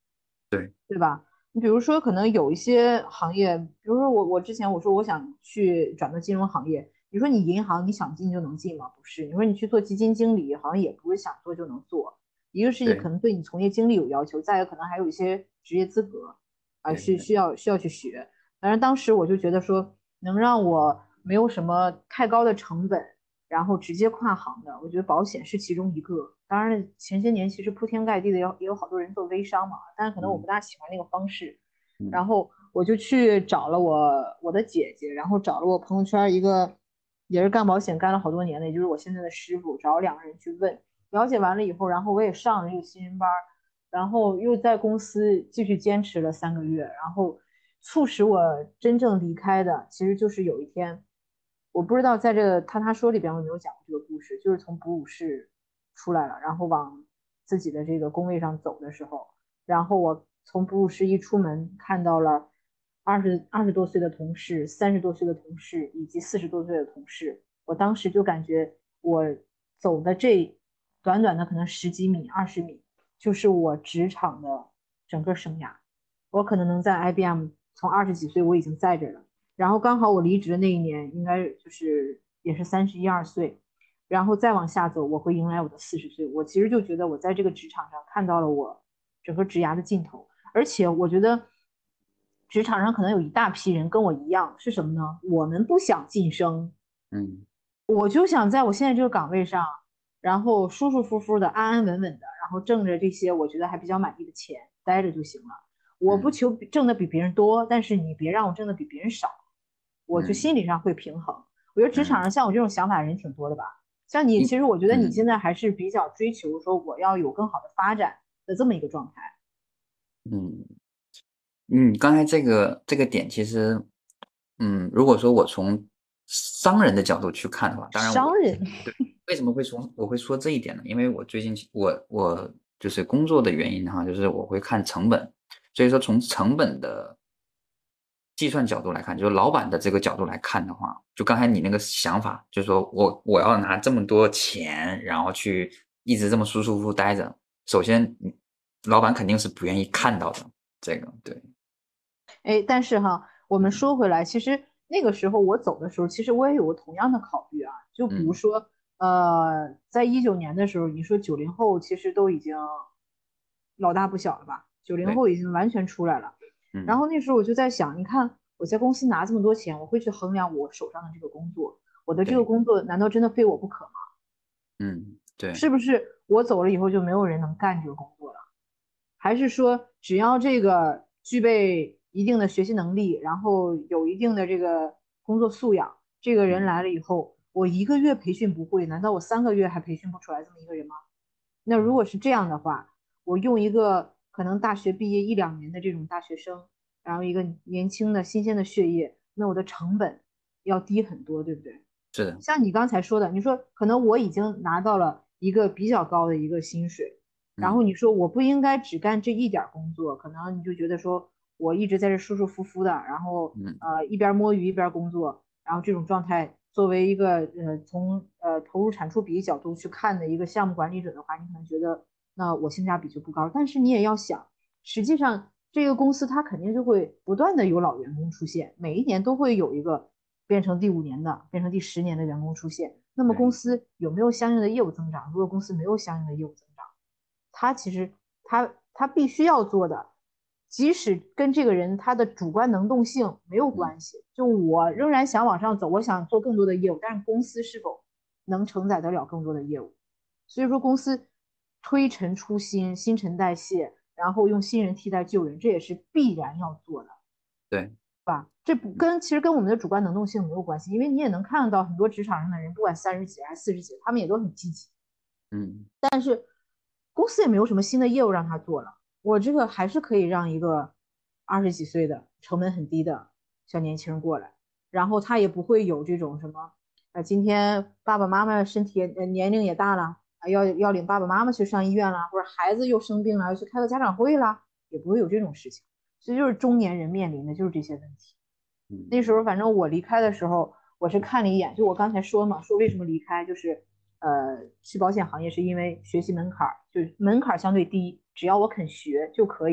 对对吧？你比如说，可能有一些行业，比如说我我之前我说我想去转到金融行业，你说你银行你想进就能进吗？不是，你说你去做基金经理，好像也不是想做就能做。一个是你可对能对你从业经历有要求，再一个可能还有一些职业资格啊， 对对， 是需要需要去学。反正当时我就觉得说，能让我没有什么太高的成本，然后直接跨行的，我觉得保险是其中一个。当然，前些年其实铺天盖地的也有好多人做微商嘛，但是可能我不嗯大喜欢那个方式。然嗯后我就去找了我我的姐姐，然后找了我朋友圈一个也是干保险干了好多年的，也就是我现在的师傅，找两个人去问，了解完了以后，然后我也上了这个新人班，然后又在公司继续坚持了三个月，然后促使我真正离开的，其实就是有一天，我不知道在这个他他说里边有没有讲过这个故事，就是从哺乳室出来了，然后往自己的这个工位上走的时候，然后我从哺乳室一出门，看到了二十二十多岁的同事、三十多岁的同事以及四十多岁的同事，我当时就感觉我走的这短短的可能十几米、二十米，就是我职场的整个生涯。我可能能在 I B M 从二十几岁我已经在这了，然后刚好我离职的那一年，应该就是也是三十一二岁，然后再往下走，我会迎来我的四十岁。我其实就觉得我在这个职场上看到了我整个职涯的尽头，而且我觉得职场上可能有一大批人跟我一样，是什么呢？我们不想晋升， 嗯我就想在我现在这个岗位上，然后舒舒服服的、安安稳稳的，然后挣着这些我觉得还比较满意的钱，待着就行了。我不嗯求挣的比别人多，但是你别让我挣的比别人少，我就嗯心理上会平衡。我觉得职场嗯， 上像我这种想法的人挺多的吧。像你， 一其实我觉得你现嗯在还是比较追求说我要有更好的发展的这么一个状态。 嗯嗯，刚才这个这个点其实，嗯，如果说我从商人的角度去看的话，当然我商人， 对为什么会从我会说这一点呢？因为我最近我我就是工作的原因哈，就是我会看成本，所以说从成本的计算角度来看，就是老板的这个角度来看的话，就刚才你那个想法，就是说我我要拿这么多钱，然后去一直这么舒舒服服待着，首先，嗯老板肯定是不愿意看到的。这个对， 哎，但是哈，我们嗯说回来，其实那个时候我走的时候，其实我也有过同样的考虑啊。就比如嗯， 说，呃，在一九年的时候，你说九零后其实都已经老大不小了吧？九零对， 后已经完全出来了。然嗯后那时候我就在想，你看我在公司拿这么多钱，我会去衡量我手上的这个工作，我的这个对， 工作难道真的非我不可吗？ 嗯对， 是不是我走了以后就没有人能干这个工作了？还是说只要这个具备一定的学习能力，然后有一定的这个工作素养，这个人嗯来了以后，我一个月培训不会，难道我三个月还培训不出来这么一个人吗？那如果是这样的话，我用一个可能大学毕业一两年的这种大学生，然后一个年轻的新鲜的血液，那我的成本要低很多，对不对？ 是的， 像你刚才说的，你说可能我已经拿到了一个比较高的一个薪水，然后嗯你说我不应该只干这一点工作，可能你就觉得说我一直在这舒舒服服的，然后嗯呃一边摸鱼一边工作，然后这种状态作为一个呃从呃投入产出比角度去看的一个项目管理者的话，你可能觉得那我性价比就不高，但是你也要想，实际上这个公司它肯定就会不断的有老员工出现，每一年都会有一个变成第五年的、变成第十年的员工出现。那么公对司有没有相应的业务增长？如果公司没有相应的业务增长，他其实他他必须要做的，即使跟这个人他的主观能动性没有嗯关系，就我仍然想往上走，我想做更多的业务，但是公司是否能承载得了更多的业务？所以说公司推陈出新、新陈代谢，然后用新人替代旧人，这也是必然要做的。 对， 这不跟其实跟我们的主观能动性没有关系，因为你也能看得到很多职场上的人，不管三十几还是四十几，他们也都很积极， 嗯公司也没有什么新的业务让他做了，我这个还是可以让一个二十几岁的成本很低的小年轻人过来，然后他也不会有这种什么，呃，今天爸爸妈妈身体呃年龄也大了，啊要要领爸爸妈妈去上医院了，或者孩子又生病了要去开个家长会了，也不会有这种事情。其实就是中年人面临的就是这些问题。那嗯时候反正我离开的时候，我是看了一眼，就我刚才说嘛，说为什么离开，就是呃，去保险行业是因为学习门槛儿，就是门槛儿相对低，只要我肯学就可以。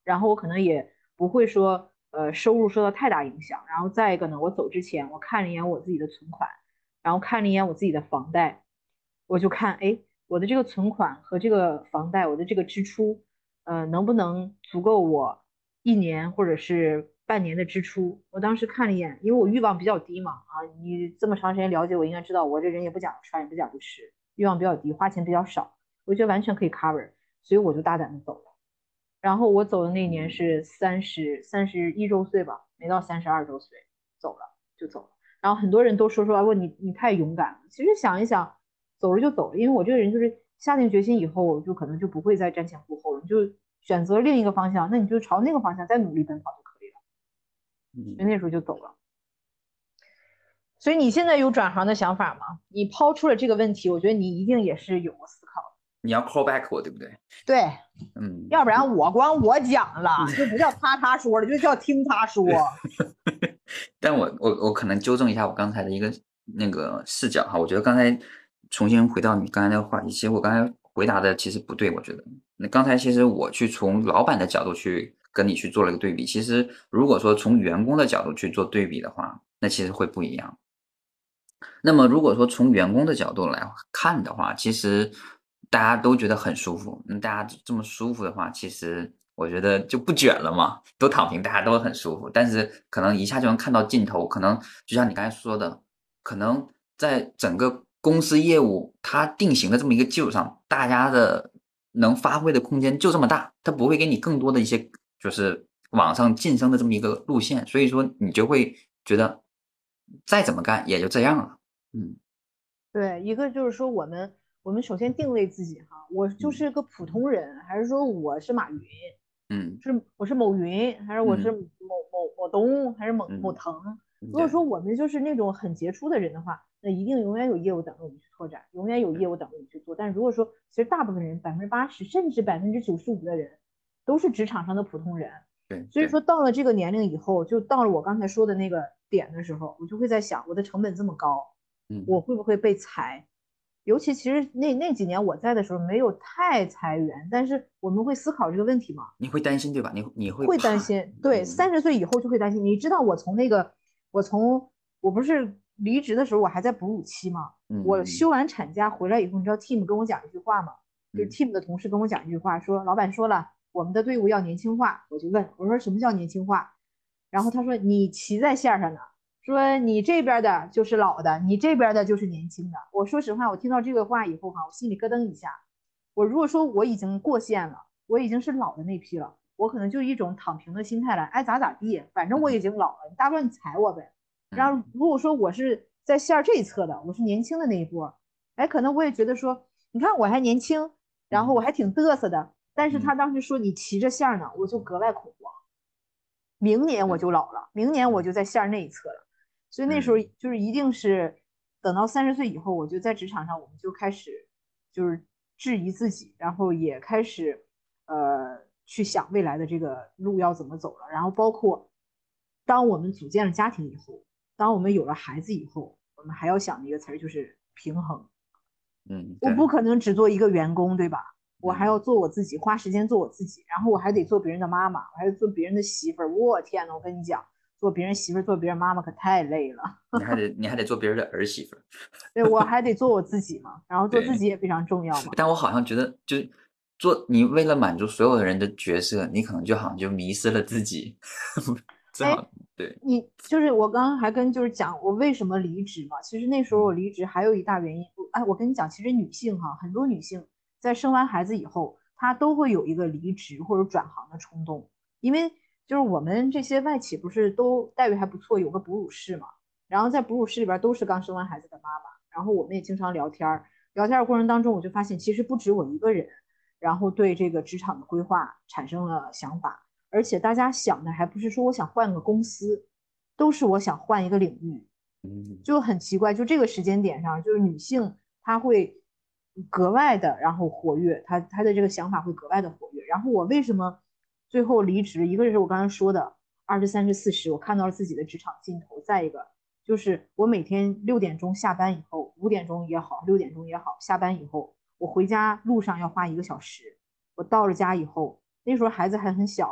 然后我可能也不会说呃收入受到太大影响。然后再一个呢，我走之前我看了一眼我自己的存款，然后看了一眼我自己的房贷，我就看哎我的这个存款和这个房贷，我的这个支出，呃能不能足够我一年或者是半年的支出。我当时看了一眼，因为我欲望比较低嘛，啊，你这么长时间了解我，应该知道我这人也不讲究穿，也不讲究吃，欲望比较低，花钱比较少，我觉得完全可以 cover，所以我就大胆的走了。然后我走的那年是三十三十一周岁吧，没到三十二周岁，走了就走了。然后很多人都说说啊，问你你太勇敢了。其实想一想，走了就走了，因为我这个人就是下定决心以后，就可能就不会再瞻前顾后了，你就选择另一个方向，那你就朝那个方向再努力奔跑就可以了。所以嗯， 那时候就走了。所以你现在有转行的想法吗？你抛出了这个问题，我觉得你一定也是有过思考的。 你要 call back 我对不对？ 对， 嗯， 要不然我光我讲了，就不叫他他说了，就叫听他说。 但我我我可能纠正一下我刚才的一个那个视角哈，我觉得刚才重新回到你刚才那个话题，其实我刚才回答的其实不对，我觉得那刚才其实我去从老板的角度去跟你去做了一个对比，其实如果说从员工的角度去做对比的话，那其实会不一样。那么如果说从员工的角度来看的话，其实大家都觉得很舒服。那大家这么舒服的话，其实我觉得就不卷了嘛，都躺平，大家都很舒服。但是可能一下就能看到尽头，可能就像你刚才说的，可能在整个公司业务它定型的这么一个基础上，大家的能发挥的空间就这么大，它不会给你更多的一些就是往上晋升的这么一个路线，所以说你就会觉得再怎么干也就这样了。嗯对，一个就是说我们我们首先定位自己哈，我就嗯是个普通人，还是说我是马云， 嗯是我是某云，还是我是嗯某某某东，还是某某嗯， 腾？如果对， 说我们就是那种很杰出的人的话，那一定永远有业务等着我们去拓展，永远有业务等着我们去做。但如果说其实大部分人，百分之八十甚至百分之九十五的人都是职场上的普通人， 对对， 所以说到了这个年龄以后，就到了我刚才说的那个点的时候，我就会在想，我的成本这么高，我嗯， 会不会被裁？尤其其实那那几年我在的时候没有太裁员，但是我们会思考这个问题嘛， 你会担心对吧？你你会会担怕， 心。对， 嗯三十岁以后就会担心。你知道我从那个我从我不是离职的时候，我还在哺乳期嘛，我嗯休完产假回来以后，你知道 team 跟我讲一句话吗？就是嗯 team 的同事跟我讲一句话，说老板说了，我们的队伍要年轻化。我就问我说什么叫年轻化？然后他说你骑在线上呢。说你这边的就是老的，你这边的就是年轻的。我说实话，我听到这个话以后哈，我心里咯噔一下。我如果说我已经过线了，我已经是老的那批了，我可能就一种躺平的心态来，爱咋咋地，反正我已经老了，你大不了你踩我呗。然后嗯如果说我是在线这一侧的，我是年轻的那一波，哎，可能我也觉得说，你看我还年轻，然后我嗯还挺嘚瑟的。但是他嗯当时说你骑着线呢，我就格外恐慌。明年我嗯就老了，明年我嗯就在线那一侧了。所以那时候嗯就是一定是等到三十岁以后，我就在职场上，我们就开始就是质疑自己，然后也开始呃去想未来的这个路要怎么走了。然后包括当我们组建了家庭以后，当我们有了孩子以后，我们还要想的一个词儿就是平衡。 嗯，对， 我不可能只做一个员工，对吧？我还要嗯， 做我自己，花时间做我自己，然后我还得做别人的妈妈，我还得做别人的媳妇儿。我天呐，我跟你讲，做别人媳妇儿、做别人妈妈可太累了。 你还得你还得做别人的儿媳妇儿， 对，我还得做我自己嘛，然后做自对。 己也非常重要嘛。 但我好像觉得，就是做你为了满足所有人的角色，你可能就好像就迷失了自己，正哎， 好对， 你就是我刚刚还跟就是讲我为什么离职嘛。其实那时候我嗯离职还有一大原因，哎，我跟你讲，其实女性哈，很多女性在生完孩子以后，她都会有一个离职或者转行的冲动，因为就是我们这些外企不是都待遇还不错，有个哺乳室嘛，然后在哺乳室里边都是刚生完孩子的妈妈，然后我们也经常聊天聊天的过程当中，我就发现其实不止我一个人，然后对这个职场的规划产生了想法。而且大家想的还不是说我想换个公司，都是我想换一个领域， 嗯就很奇怪。就这个时间点上，就是女性她会格外的然后活跃，她她的这个想法会格外的活跃。然后我为什么最后离职？一个是我刚才说的二十三十四十，我看到了自己的职场尽头；再一个就是我每天六点钟下班以后，五点钟也好，六点钟也好，下班以后，我回家路上要花一个小时，我到了家以后，那时候孩子还很小啊。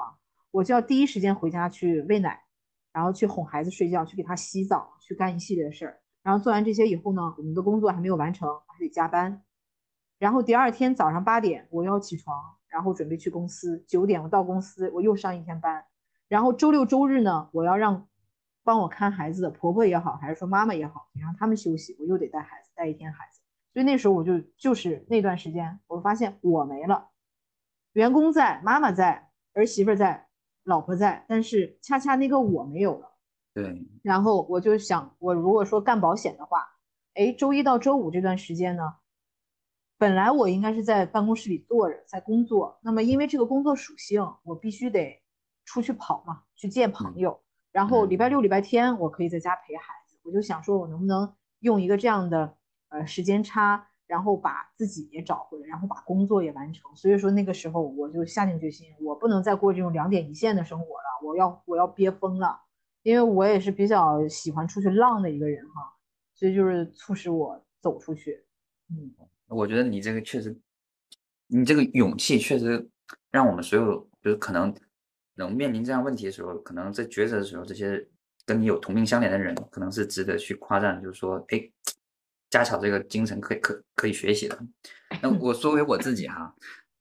我就要第一时间回家去喂奶，然后去哄孩子睡觉，去给他洗澡，去干一系列的事儿。然后做完这些以后呢，我们的工作还没有完成，还得加班。然后第二天早上八点我要起床，然后准备去公司，九点我到公司，我又上一天班。然后周六周日呢，我要让帮我看孩子的婆婆也好，还是说妈妈也好，让他们休息，我又得带孩子，带一天孩子。所以那时候我就就是那段时间，我发现我没了，员工在，妈妈在，儿媳妇在，老婆在，但是恰恰那个我没有了。 对， 然后我就想，我如果说干保险的话，哎，周一到周五这段时间呢，本来我应该是在办公室里坐着在工作，那么因为这个工作属性，我必须得出去跑嘛，去见朋嗯友。然后礼拜嗯六、礼拜天我可以在家陪孩子，我就想说，我能不能用一个这样的呃时间差，然后把自己也找回来，然后把工作也完成。所以说那个时候我就下定决心，我不能再过这种两点一线的生活了，我要我要憋疯了，因为我也是比较喜欢出去浪的一个人哈，所以就是促使我走出去。嗯。 我觉得你这个确实，你这个勇气确实让我们所有就是可能能面临这样问题的时候，可能在抉择的时候，这些跟你有同病相怜的人，可能是值得去夸赞，就是说，哎，家巧这个精神可以可可以学习的。那我说回我自己哈，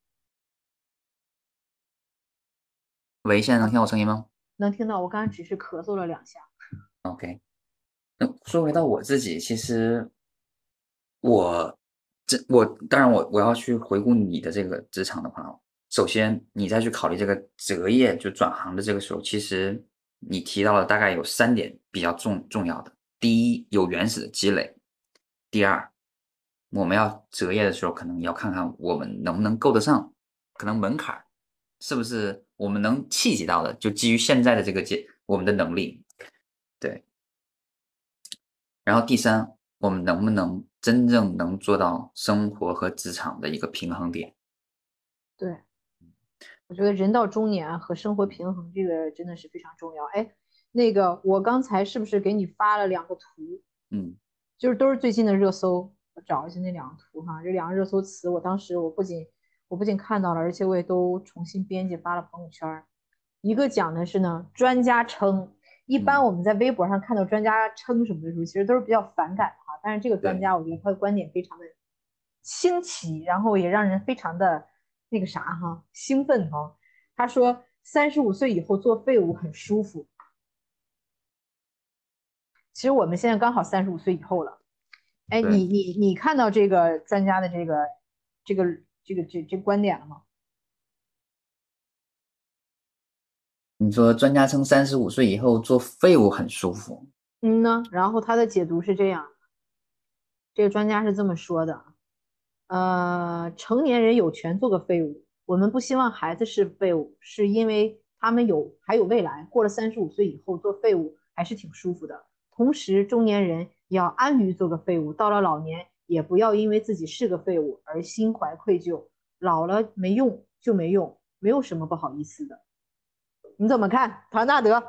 喂，现在能听到我声音吗能听到，我刚刚只是咳嗽了两下。 ？OK，那说回到我自己，其实我这我当然我我要去回顾你的这个职场的话，首先你再去考虑这个择业就转行的这个时候，其实你提到了大概有三点比较重重要的。第一，有原始的积累；第二，我们要择业的时候，可能要看看我们能不能够得上，可能门槛儿是不是我们能企及到的，就基于现在的这个阶我们的能力，对。然后第三，我们能不能真正能做到生活和职场的一个平衡点？ 对，我觉得人到中年和生活平衡这个真的是非常重要。哎，那个我刚才是不是给你发了两个图？ 嗯就是都是最近的热搜，我找一下那两个图哈。这两个热搜词，我当时我不仅我不仅看到了，而且我也都重新编辑发了朋友圈。一个讲的是呢，专家称，一般嗯， 我们在微博上看到专家称什么的时候，其实都是比较反感的哈。但是这个专对， 家，我觉得他的观点非常的新奇，然后也让人非常的那个啥哈，兴奋哈。他说，三十五岁以后做废物很舒服。其实我们现在刚好三十五岁以后了。哎，你对， 你你看到这个专家的这个这个这个这这观点了吗？ 你说专家称三十五岁以后做废物很舒服， 嗯呢，然后他的解读是这样，这个专家是这么说的，呃，成年人有权做个废物，我们不希望孩子是废物，是因为他们有还有未来，过了三十五岁以后做废物还是挺舒服的。同时，中年人也要安于做个废物，到了老年也不要因为自己是个废物而心怀愧疚，老了没用就没用，没有什么不好意思的。你怎么看，唐纳德？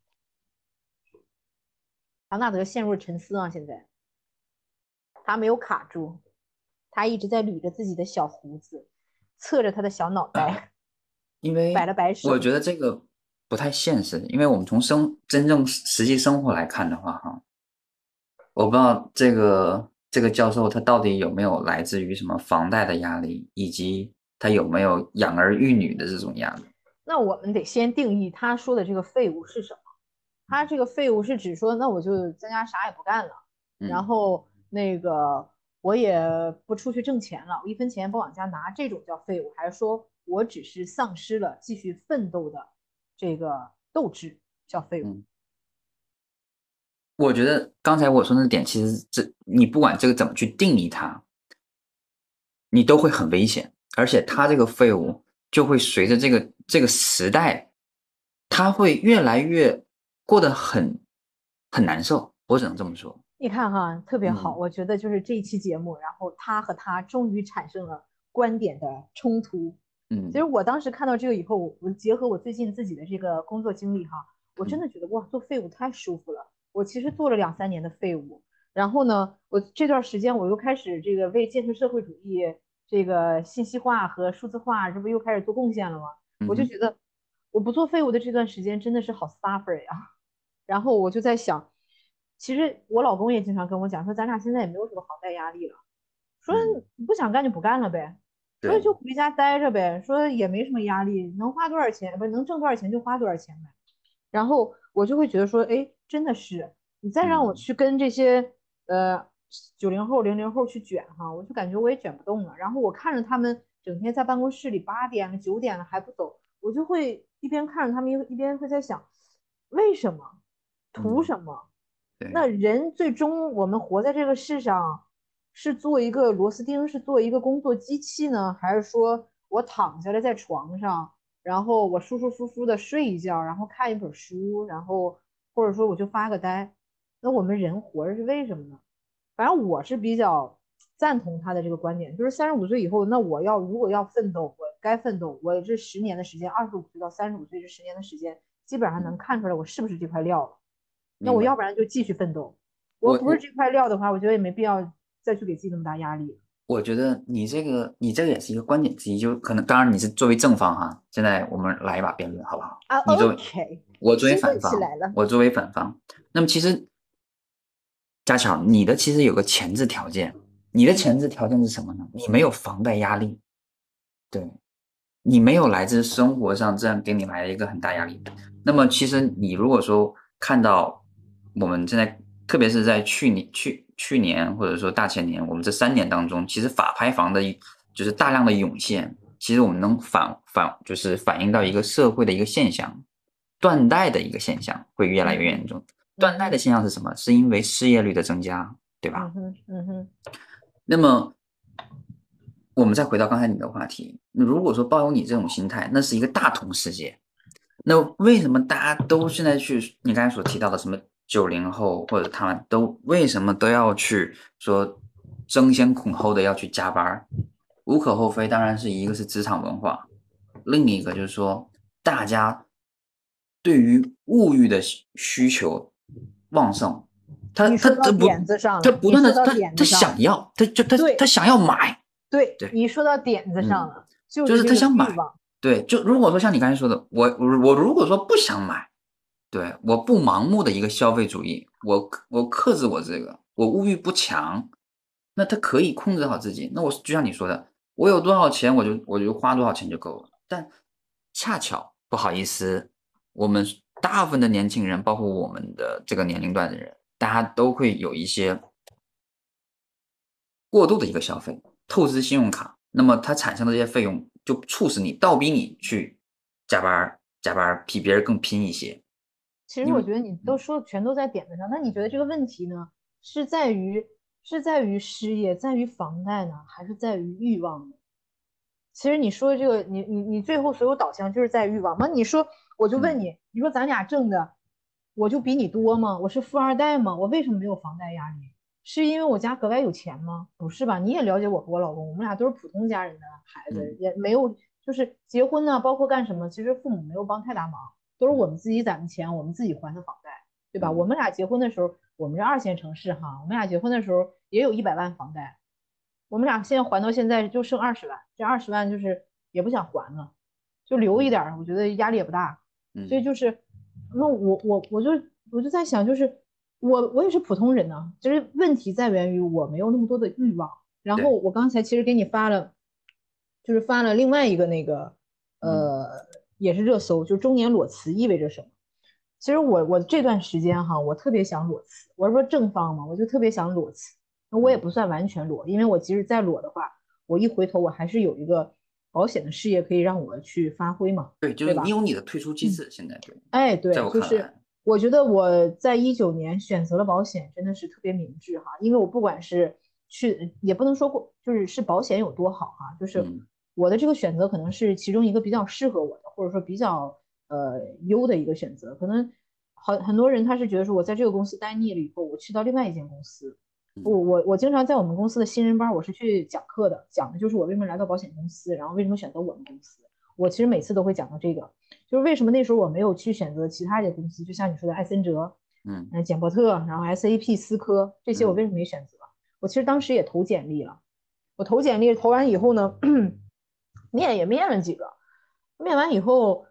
唐纳德陷入了沉思啊，现在他没有卡住，他一直在捋着自己的小胡子，侧着他的小脑袋， 因为摆了摆手。 我觉得这个不太现实，因为我们从生真正实际生活来看的话，哈，我不知道这个这个教授他到底有没有来自于什么房贷的压力，以及他有没有养儿育女的这种压力。 那我们得先定义他说的这个废物是什么。他这个废物是指说，那我就在家啥也不干了，然嗯。 后那个我也不出去挣钱了，我一分钱不往家拿，这种叫废物，还是说我只是丧失了继续奋斗的这个斗志，叫废物？ 嗯，我觉得刚才我说那个点，其实这你不管这个怎么去定义它，你都会很危险，而且它这个废物就会随着这个这个时代，它会越来越过得很很难受，我只能这么说。 你看哈，特别好， 嗯我觉得就是这一期节目，然后他和他终于产生了观点的冲突。其实嗯我当时看到这个以后，我结合我最近自己的这个工作经历哈，我真嗯的觉得哇，做废物太舒服了。我其实做了两三年的废物，然后呢，我这段时间我又开始这个为建设社会主义这个信息化和数字化，这不又开始做贡献了吗？ 嗯哼， 我就觉得我不做废物的这段时间真的是好 suffer 呀。然后我就在想，其实我老公也经常跟我讲说，咱俩现在也没有什么房贷压力了，说嗯， 你不想干就不干了呗，说对， 就回家待着呗，说也没什么压力，能花多少钱不是能挣多少钱就花多少钱呗。然后我就会觉得说，哎，真的是你再让我嗯。 去跟这些呃九零后、零零后去卷哈，我就感觉我也卷不动了。然后我看着他们整天在办公室里八点了、九点了还不走，我就会一边看着他们，一边会在想，为什么？图嗯， 什么？ 对。 那人最终我们活在这个世上，是做一个螺丝钉，是做一个工作机器呢，还是说我躺下来在床上？然后我舒舒服服的睡一觉，然后看一本书，然后或者说我就发个呆。那我们人活着是为什么呢？反正我是比较赞同他的这个观点，就是三十五岁以后，那我要如果要奋斗，我该奋斗，我这十年的时间，二十五岁到三十五岁这十年的时间，基本上能看出来我是不是这块料了。那我明白。 要不然就继续奋斗，我我我不是这块料的话，我觉得也没必要再去给自己那么大压力。 我觉得你这个你这个也是一个观点之一，就可能当然你是作为正方哈，现在我们来一把辩论好不好？ 啊你作为 ，OK， 我作为兴奋反方， 起来了。 我作为反方。那么其实家巧，你的其实有个前置条件，你的前置条件是什么呢？你没有房贷压力，对，你没有来自生活上这样给你来了一个很大压力。那么其实你如果说看到我们现在，特别是在去年、去去年或者说大前年，我们这三年当中，其实法拍房的就是大量的涌现，其实我们能反反就是反映到一个社会的一个现象，断贷的一个现象会越来嗯哼， 越严重。断贷的嗯哼， 现象是什么？是因为失业率的增加，对吧？ 嗯哼，嗯哼， 那么我们再回到刚才你的话题，如果说抱有你这种心态，那是一个大同世界。那为什么大家都现在去，你刚才所提到的什么九零后或者他们都为什么都要去说争先恐后的要去加班？无可厚非，当然是一个是职场文化，另一个就是说大家对于物欲的需求旺盛，他你说到他他不点子上他了， 不断的他你说到点他子上了。 想要，他就他他对想要买， 对， 对。 你说到点子上嗯， 了，就就是是这个他想买， 欲望。 对，就如果说像你刚才说的，我我我如果说不想买，对，我不盲目的一个消费主义，我我克制我这个，我物欲不强，那他可以控制好自己。那我就像你说的，我有多少钱我就我就花多少钱就够了。但恰巧不好意思，我们大部分的年轻人，包括我们的这个年龄段的人，大家都会有一些过度的一个消费，透支信用卡，那么它产生的这些费用就促使你倒逼你去加班加班比别人更拼一些。 其实因为我觉得你都说全都在点子上，那你觉得这个问题呢，是在于是在于失业，在于房贷呢，还是在于欲望呢？其实你说的这个，你你你最后所有导向就是在欲望吗？你说，我就问嗯你，你说咱俩挣的，我就比你多吗？我是富二代吗？我为什么没有房贷压力？是因为我家格外有钱吗？不是吧？你也了解我和我老公，我们俩都是普通家人的孩子， 嗯也没有就是结婚呢，包括干什么，其实父母没有帮太大忙，都是我们自己攒的钱，我们自己还的房贷，对吧？我嗯们俩结婚的时候，我们是二线城市哈，我们俩结婚的时候也有一百万房贷，我们俩现在还到现在就剩二十万，这二十万就是也不想还了，就留一嗯点，我觉得压力也不大。所以嗯， 就是，那我我我就我就在想，就是我我也是普通人呢，就是问题在源于我没有那么多的欲望。然后对， 我刚才其实给你发了，就是发了另外一个那个嗯呃也是热搜，就中年裸辞意味着什么？其实我我这段时间哈，我特别想裸辞，我是说正方嘛，我就特别想裸辞。那我也嗯， 不算完全裸，因为我即使再裸的话，我一回头我还是有一个保险的事业可以让我去发挥嘛， 对，就是你对吧？ 有你的退出机嗯， 制，现在对， 哎， 在对，就是我看来， 我觉得我在一九年选择了保险，真的是特别明智哈，因为我不管是去，也不能说过，就是是保险有多好哈，就是嗯我的这个选择可能是其中一个比较适合我的，或者说比较呃优的一个选择。可能很很多人他是觉得说我在这个公司待腻了以后，我去到另外一间公司。我嗯我我经常在我们公司的新人班，我是去讲课的，讲的就是我为什么来到保险公司，然后为什么选择我们公司。我其实每次都会讲到这个，就是为什么那时候我没有去选择其他一些公司，就像你说的艾森哲， 嗯嗯，简伯特，然后 S A P 思科这些，我嗯为什么没选择？我其实当时也投简历了，我投简历投完以后呢，面也面了几个，面完以后，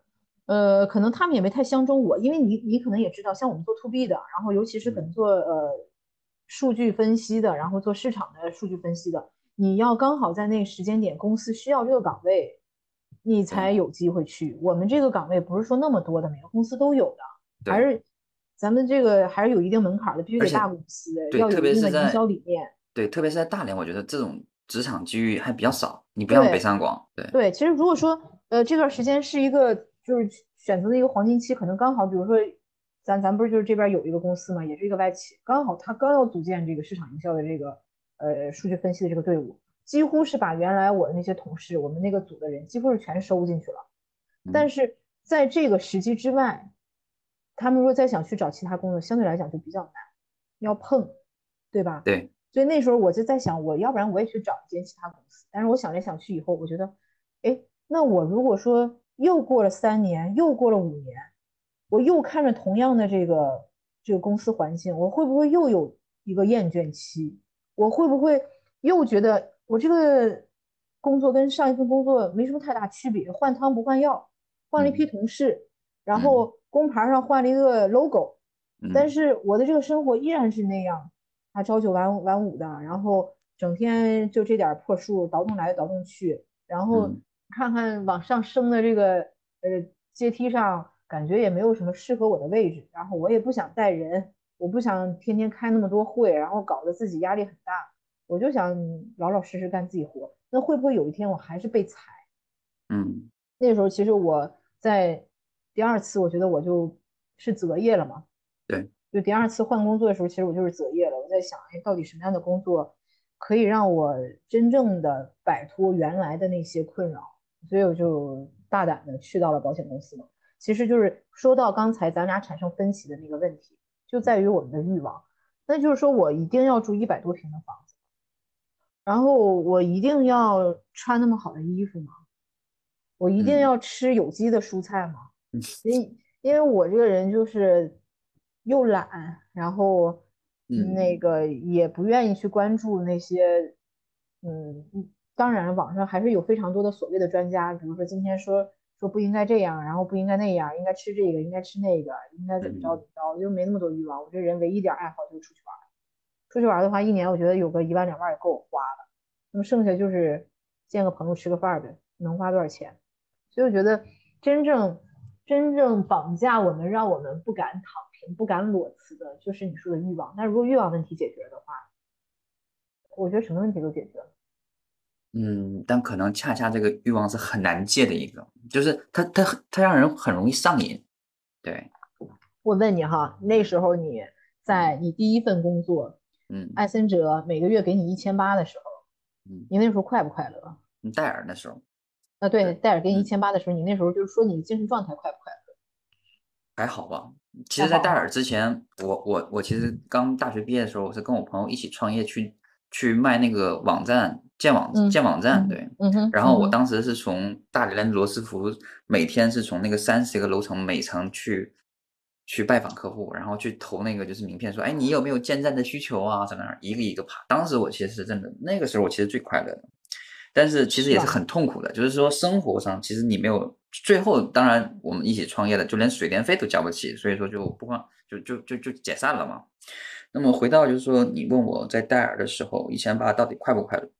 呃，可能他们也没太相中我，因为你你可能也知道，像我们做 to B 的，然后尤其是可能嗯， 做呃数据分析的，然后做市场的数据分析的，你要刚好在那个时间点公司需要这个岗位，你才对有机会去。我们这个岗位不是说那么多的，每个公司都有的，还对， 是咱们这个还是有一定门槛的，必须得大而且公司， 对，特要有一定的营别是在销理念。 对，特别是在大连，我觉得这种职场机遇还比较少。你不像北对， 上广，对， 对，其实如果说呃这段时间是一个就是选择的一个黄金期，可能刚好，比如说咱咱不是就是这边有一个公司嘛，也是一个外企，刚好他刚要组建这个市场营销的这个呃数据分析的这个队伍，几乎是把原来我的那些同事，我们那个组的人几乎是全收进去了。但嗯， 是在这个时机之外，他们如果再想去找其他工作，相对来讲就比较难，要碰，对吧？ 对， 所以那时候我就在想，我要不然我也去找一间其他公司。但是我想来想去以后，我觉得，哎，那我如果说又过了三年，又过了五年，我又看着同样的这个这个公司环境，我会不会又有一个厌倦期？我会不会又觉得我这个工作跟上一份工作没什么太大区别，换汤不换药，换了一批嗯同事，然嗯后工牌上换了一个 logo，但嗯是我的这个生活依然是那样。他朝九晚晚五的，然后整天就这点破数倒腾来倒腾去，然后嗯看看往上升的这个呃阶梯上，感觉也没有什么适合我的位置，然后我也不想带人，我不想天天开那么多会，然后搞得自己压力很大，我就想老老实实干自己活。那会不会有一天我还是被裁？ 嗯， 那时候其实我在第二次，我觉得我就是择业了嘛。 对， 就第二次换工作的时候，其实我就是择业了。我在想，哎，到底什么样的工作可以让我真正的摆脱原来的那些困扰？所以我就大胆的去到了保险公司嘛。其实就是说到刚才咱俩产生分歧的那个问题，就在于我们的欲望。那就是说我一定要住一百多平的房子，然后我一定要穿那么好的衣服吗？我一定嗯要吃有机的蔬菜吗？ 嗯因因为我这个人就是又懒，然后那嗯个也不愿意去关注那些，嗯，当然网上还是有非常多的所谓的专家，比如说今天说说不应该这样，然后不应该那样，应该吃这个，应该吃那个，应该怎么着嗯怎么着，我就没那么多欲望。我这人唯一点爱好就是出去玩，出去玩的话，一年我觉得有个一万两万也够我花了，那么剩下就是见个朋友吃个饭呗，能花多少钱？所以我觉得真正真正绑架我们，让我们不敢躺平、不敢裸辞的，就是你说的欲望。那如果欲望问题解决了的话，我觉得什么问题都解决了。 嗯，但可能恰恰这个欲望是很难戒的一个，就是它它它让人很容易上瘾。对， 我问你哈，那时候你嗯在你第一份工作， 嗯艾森哲每个月给你一千八的时候， 嗯， 你那时候快不快乐？ 嗯戴尔那时候， 啊，对， 对， 戴尔给你一嗯。 千八的时候，你那时候就是说你的精神状态快不快乐？ 还好吧。其还实，在戴尔好哈。 之前，我我我其实刚大学毕业的时候，我是跟我朋友一起创业去去卖那个网站建网嗯建网站， 嗯对。 嗯哼然后我嗯哼当时是从大连罗斯福，每天是从那个三十个楼层每层去去拜访客户，然后去投那个就是名片，说，哎，你有没有建站的需求啊？在那儿一个一个爬。当时我其实是真的，那个时候我其实最快乐的。但是其实也是是吧？ 很痛苦的，就是说生活上其实你没有，最后当然我们一起创业了，就连水电费都交不起，所以说就不光就就就就解散了嘛。那么回到就是说，你问我在戴尔的时候，一千八到底快不快乐？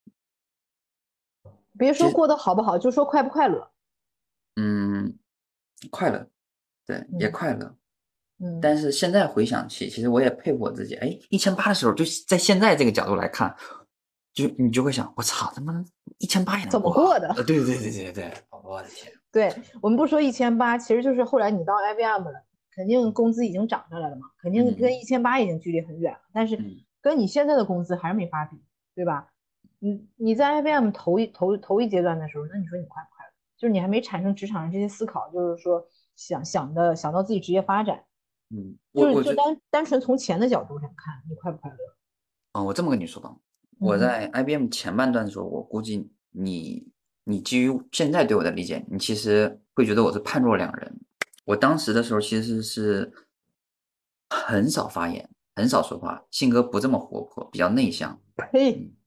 别其实， 说过得好不好，就说快不快乐。 嗯，快乐，对，也嗯快乐。 嗯。 但是现在回想起，其实我也佩服我自己。哎，一千八的时候，就在现在这个角度来看，就你就会想，我操，他妈一千八也能怎么过好？ 过的？ 呃，对对对对对对，我的天， 对，我们不说一千八，其实就是后来你到 I B M 了，肯定工资已经涨上来了嘛，肯定跟嗯一千八已经距离很远了，但是嗯跟你现在的工资还是没法比，对吧？你你在 I B M 头一头头一阶段的时候，那你说你快不快乐？就是你还没产生职场上这些思考，就是说想想的想到自己职业发展， 嗯，我就是就我觉单单纯从钱的角度上看，你快不快乐？ 啊，我这么跟你说吧， 嗯哼。 我在 I B M 前半段的时候，我估计你你基于现在对我的理解，你其实会觉得我是判若两人。我当时的时候其实是很少发言，很少说话，性格不这么活泼，比较内向。 呸！ 嗯，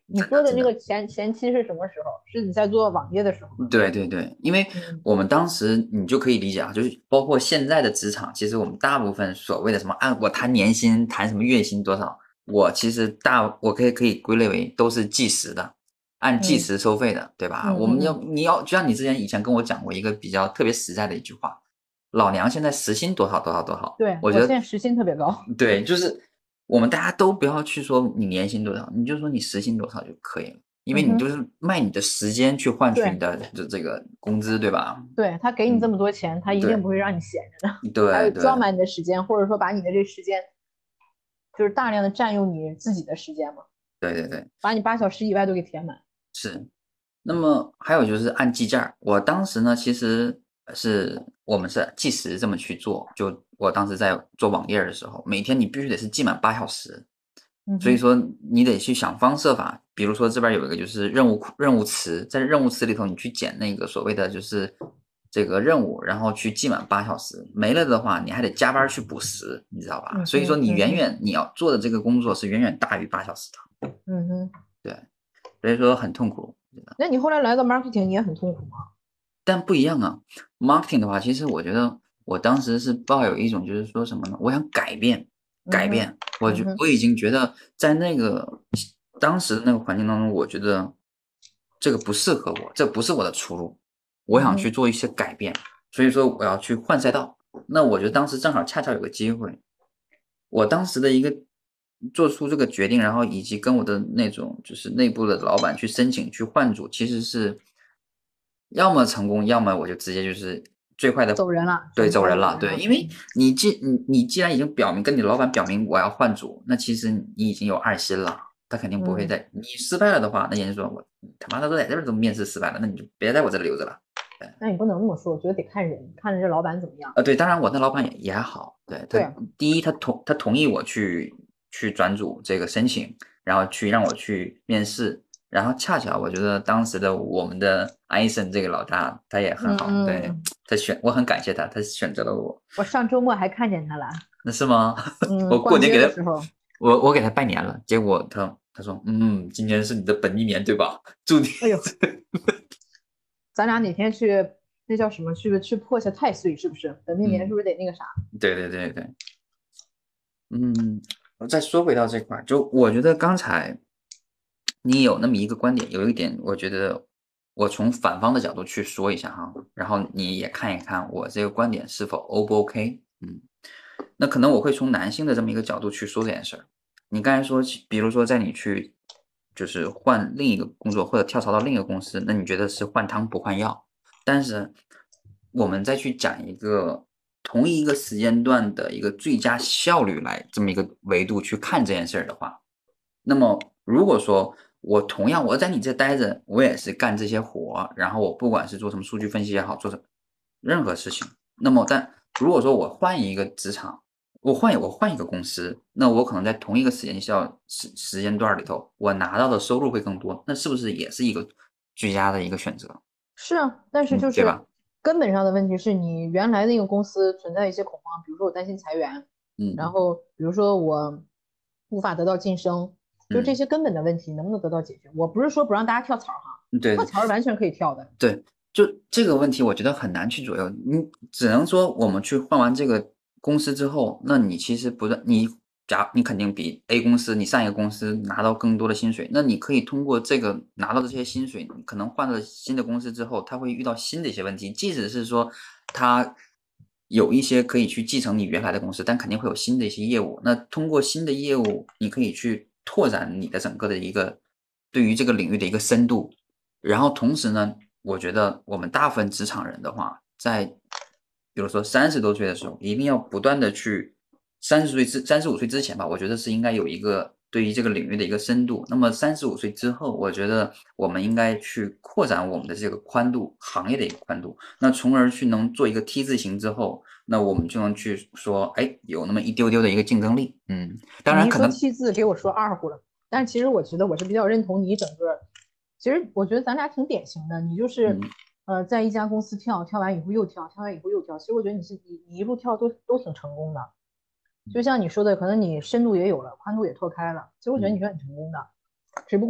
你说的那个前前期是什么时候？是你在做网页的时候吗？ 对对对，因为嗯我们当时你就可以理解啊，就是包括现在的职场，其实我们大部分所谓的什么按我谈年薪、谈什么月薪多少，我其实大我可以可以归类为都是计时的，按计嗯时收费的，对吧？我们要嗯嗯嗯， 你要就像你之前以前跟我讲过一个比较特别实在的一句话，老娘现在时薪多少多少多少， 对， 我觉得我现在时薪特别高。 对，就是我们大家都不要去说你年薪多少，你就说你时薪多少就可以了。因为嗯哼， 你就是卖你的时间去换取你对的这这个工资，对吧？ 对，他给你这嗯， 么多钱，他一定对不会让你闲着的，他会对对装满你的时间，或者说把你的这时间就是大量的占用你自己的时间嘛， 对对对， 把你八小时以外都给填满。 是。那么还有就是按计件儿，我当时呢，其实是我们是计时这么去做，就我当时在做网页的时候，每天你必须得是记满八小时， 嗯哼， 所以说你得去想方设法，比如说这边有一个就是任务库任务词，在任务词里头你去捡那个所谓的就是这个任务，然后去记满八小时，没了的话你还得加班去补时，你知道吧？ 嗯所以说你远哼嗯哼远你要做的这个工作是远远大于八小时的， 嗯哼， 对，所以说很痛苦。 那你后来来到 marketing，你也很痛苦吗？ 但不一样啊，marketing 的话，其实我觉得我当时是抱有一种就是说什么呢？我想改变， 嗯哼改变。我嗯哼觉我已经觉得在那个当时的那个环境当中，我觉得这个不适合我，这不是我的出路。我嗯哼想去做一些改变，所以说我要去换赛道。那我觉得当时正好恰巧有个机会，我当时的一个做出这个决定，然后以及跟我的那种就是内部的老板去申请去换组，其实是要么成功，要么我就直接就是最快的走人了， 对卷铺盖走人了。对， 走人了。 因为你既你你既然已经表明跟你老板表明我要换组，那其实你已经有二心了，他肯定不会嗯， 再你失败了的话，那人家说我他妈的都在这边都面试失败了，那你就别在我这里留着了。对， 那你不能那么说，我觉得得看人，看着这老板怎么样。 呃，对，当然我那老板也也还好，对他对， 第一他同他同意我去去转组这个申请，然后去让我去面试，然后恰巧我觉得当时的我们的艾森这个老大他也很嗯好，对， 嗯， 他选我很感谢他，他选择了我， 我上周末还看见他了， 那是吗？ 嗯， 我过逛街年给他的时候。 我我给他拜年了，结果他他说嗯，今年是你的本命年对吧？祝你哎呦，咱俩哪天去那叫什么去去破下太岁是不是？本命年是嗯， 不是得那个啥？ 对对对对，嗯，我再说回到这块儿，就我觉得刚才你有那么一个观点，有一个点，我觉得我从反方的角度去说一下哈，然后你也看一看我这个观点是否 O 不 OK？嗯，那可能我会从男性的这么一个角度去说这件事儿。你刚才说，比如说在你去就是换另一个工作或者跳槽到另一个公司，那你觉得是换汤不换药？但是我们再去讲一个同一个时间段的一个最佳效率来这么一个维度去看这件事儿的话，那么如果说我同样我在你这待着，我也是干这些活，然后我不管是做什么数据分析也好，做什么任何事情，那么但如果说我换一个职场，我换我换一个公司，那我可能在同一个时间效时时间段里头，我拿到的收入会更多，那是不是也是一个最佳的一个选择？ 是啊，但是嗯， 就是对吧？ 根本上的问题是你原来那个公司存在一些恐慌，比如说我担心裁员，然嗯后比如说我无法得到晋升，就这嗯， 些根本的问题能不能得到解决？我不是说不让大家跳槽哈，跳对槽是完全可以跳的。 对，就这个问题，我觉得很难去左右。你只能说，我们去换完这个公司之后，那你其实不断，你假你肯定比 A 公司你上一个公司拿到更多的薪水，那你可以通过这个拿到的这些薪水，你可能换了新的公司之后，他会遇到新的一些问题，即使是说他有一些可以去继承你原来的公司，但肯定会有新的一些业务。那通过新的业务，你可以去拓展你的整个的一个对于这个领域的一个深度。然后同时呢，我觉得我们大部分职场人的话，在比如说三十多岁的时候，一定要不断的去三十岁之三十五岁之前吧，我觉得是应该有一个对于这个领域的一个深度。那么三十五岁之后，我觉得我们应该去扩展我们的这个宽度，行业的一个宽度，那从而去能做一个 T 字形之后，那我们就能去说，哎，有那么一丢丢的一个竞争力。嗯，当你一说然可能， 梯字，给我说二胡了。但是其实我觉得我是比较认同你整个，其实我觉得咱俩挺典型的，你就是嗯呃在一家公司跳，跳完以后又跳，跳完以后又跳。其实我觉得你是你你一路跳都都挺成功的，就像你说的，可能你深度也有了，宽度也拓开了。其实我觉得你嗯是很成功的，只不过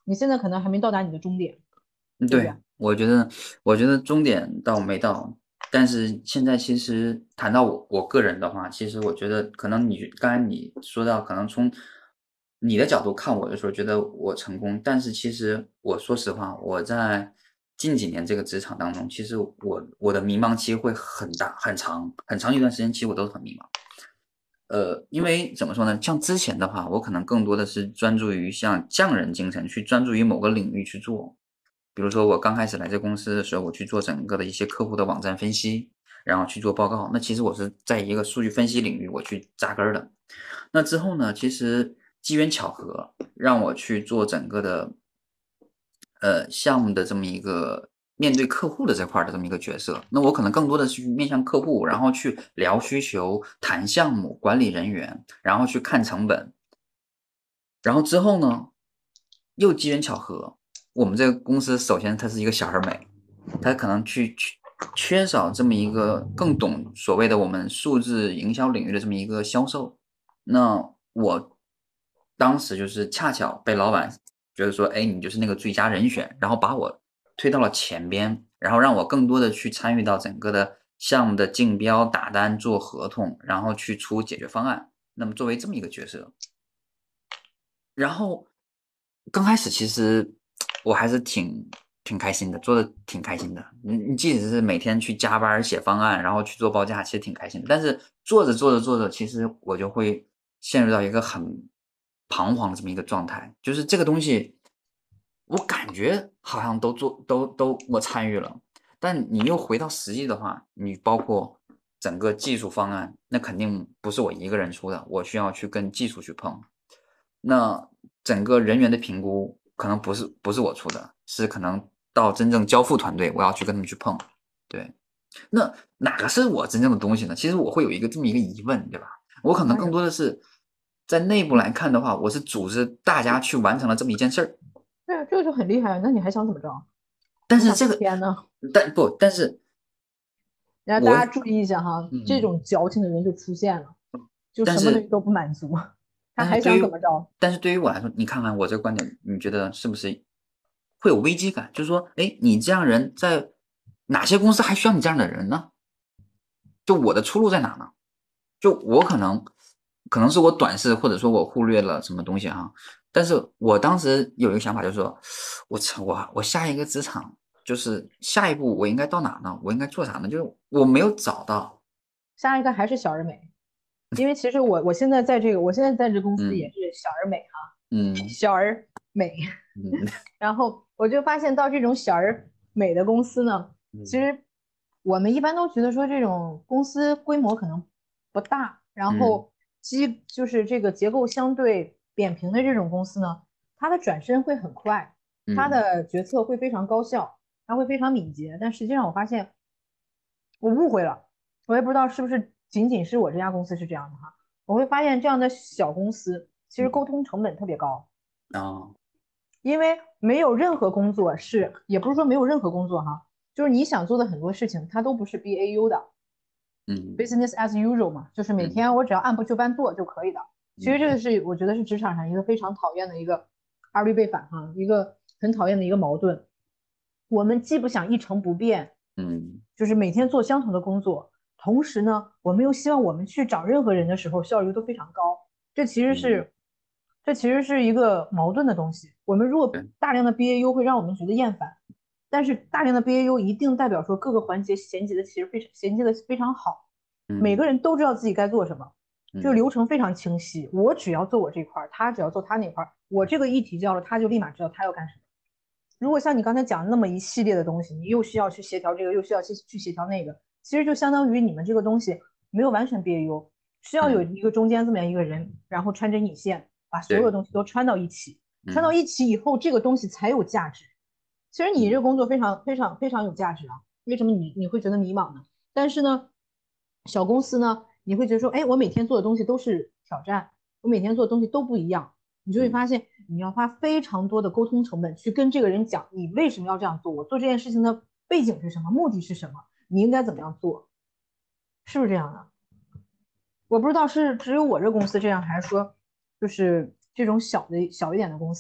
你现在可能还没到达你的终点， 嗯， 对不对？ 对，我觉得，我觉得终点倒没到，但是现在其实谈到我我个人的话，其实我觉得可能你刚才你说到，可能从你的角度看我的时候，觉得我成功，但是其实我说实话，我在近几年这个职场当中，其实我我的迷茫期会很大很长很长一段时间，其实我都很迷茫。呃，因为怎么说呢？像之前的话，我可能更多的是专注于像匠人精神，去专注于某个领域去做。比如说我刚开始来这公司的时候，我去做整个的一些客户的网站分析，然后去做报告。那其实我是在一个数据分析领域我去扎根儿的。那之后呢，其实机缘巧合让我去做整个的呃项目的这么一个面对客户的这块儿的这么一个角色。那我可能更多的是去面向客户，然后去聊需求、谈项目、管理人员，然后去看成本。然后之后呢，又机缘巧合，我们这个公司首先它是一个小而美，它可能去缺缺少这么一个更懂所谓的我们数字营销领域的这么一个销售。那我当时就是恰巧被老板觉得说，哎，你就是那个最佳人选，然后把我推到了前边，然后让我更多的去参与到整个的项目的竞标、打单、做合同，然后去出解决方案。那么作为这么一个角色，然后刚开始其实我还是挺挺开心的，做的挺开心的。你你即使是每天去加班写方案，然后去做报价，其实挺开心的。但是做着做着做着，其实我就会陷入到一个很彷徨的这么一个状态，就是这个东西，我感觉好像都做都都我参与了，但你又回到实际的话，你包括整个技术方案，那肯定不是我一个人出的，我需要去跟技术去碰。那整个人员的评估可能不是不是我出的，是可能到真正交付团队，我要去跟他们去碰。对，那哪个是我真正的东西呢？其实我会有一个这么一个疑问，对吧？我可能更哎呀， 多的是在内部来看的话，我是组织大家去完成了这么一件事儿。 对啊，这个就很厉害，那你还想怎么着？你想但是这个， 天呢？ 但不，但是然后大家我， 注意一下哈，这嗯， 种矫情的人就出现了，就但是什么东西都不满足，他还但是对于想怎么着？ 但是对于我来说，你看看我这个观点，你觉得是不是会有危机感？就是说，哎，你这样人在哪些公司还需要你这样的人呢？就我的出路在哪呢？就我可能可能是我短视，或者说我忽略了什么东西哈。但是我当时有一个想法，就是说，我操，我我下一个职场就是下一步我应该到哪呢？我应该做啥呢？就是我没有找到。 下一个还是小而美，因为其实我我现在在这个，我现在在这公司也嗯是小而美哈， 嗯小而美。 嗯然后我就发现到这种小而美的公司呢，其嗯实我们一般都觉得说这种公司规模可能不大，然嗯后基就是这个结构相对扁平的这种公司呢，它的转身会很快，它嗯的决策会非常高效，它会非常敏捷。但实际上我发现我误会了，我也不知道是不是仅仅是我这家公司是这样的哈，我会发现这样的小公司其实嗯沟通成本特别高。 啊因为没有任何工作是，也不是说没有任何工作哈，就是你想做的很多事情，它都不是 B A U 的嗯 ，business as usual 嘛，就是每嗯天我只要按部就班做就可以的。其实嗯这个是我觉得是职场上一个非常讨厌的一个二律背反哈，一个很讨厌的一个矛盾。我们既不想一成不变， 嗯就是每天做相同的工作，同时呢，我们又希望我们去找任何人的时候效率都非常高。这其实嗯， 是，这其实是一个矛盾的东西。我们如果对， 大量的 B A U 会让我们觉得厌烦，但是大量的 B A U 一定代表说各个环节衔接的其实非常衔接的非常好，每嗯个人都知道自己该做什么，这个嗯流程非常清晰。我只要做我这块儿，他只要做他那块儿，我这个一提交了，他就立马知道他要干什么。如果像你刚才讲的那么一系列的东西，你又需要去协调这个，又需要去去协调那个，其实就相当于你们这个东西没有完全 B A U，需要有嗯， 一个中间这么样一个人，然后穿针引线，把所有的对， 东西都穿到一起，穿到嗯一起以后，这个东西才有价值。其实你这嗯个工作非常非常非常有价值啊，为什么你你会觉得迷茫呢？但是呢，小公司呢，你会觉得说，哎，我每天做的东西都是挑战，我每天做的东西都不一样，你就会嗯发现你要花非常多的沟通成本去跟这个人讲，你为什么要这样做，我做这件事情的背景是什么，目的是什么，你应该怎么样做，是不是这样的？我不知道是只有我这公司这样，还是说就是这种小的小一点的公司，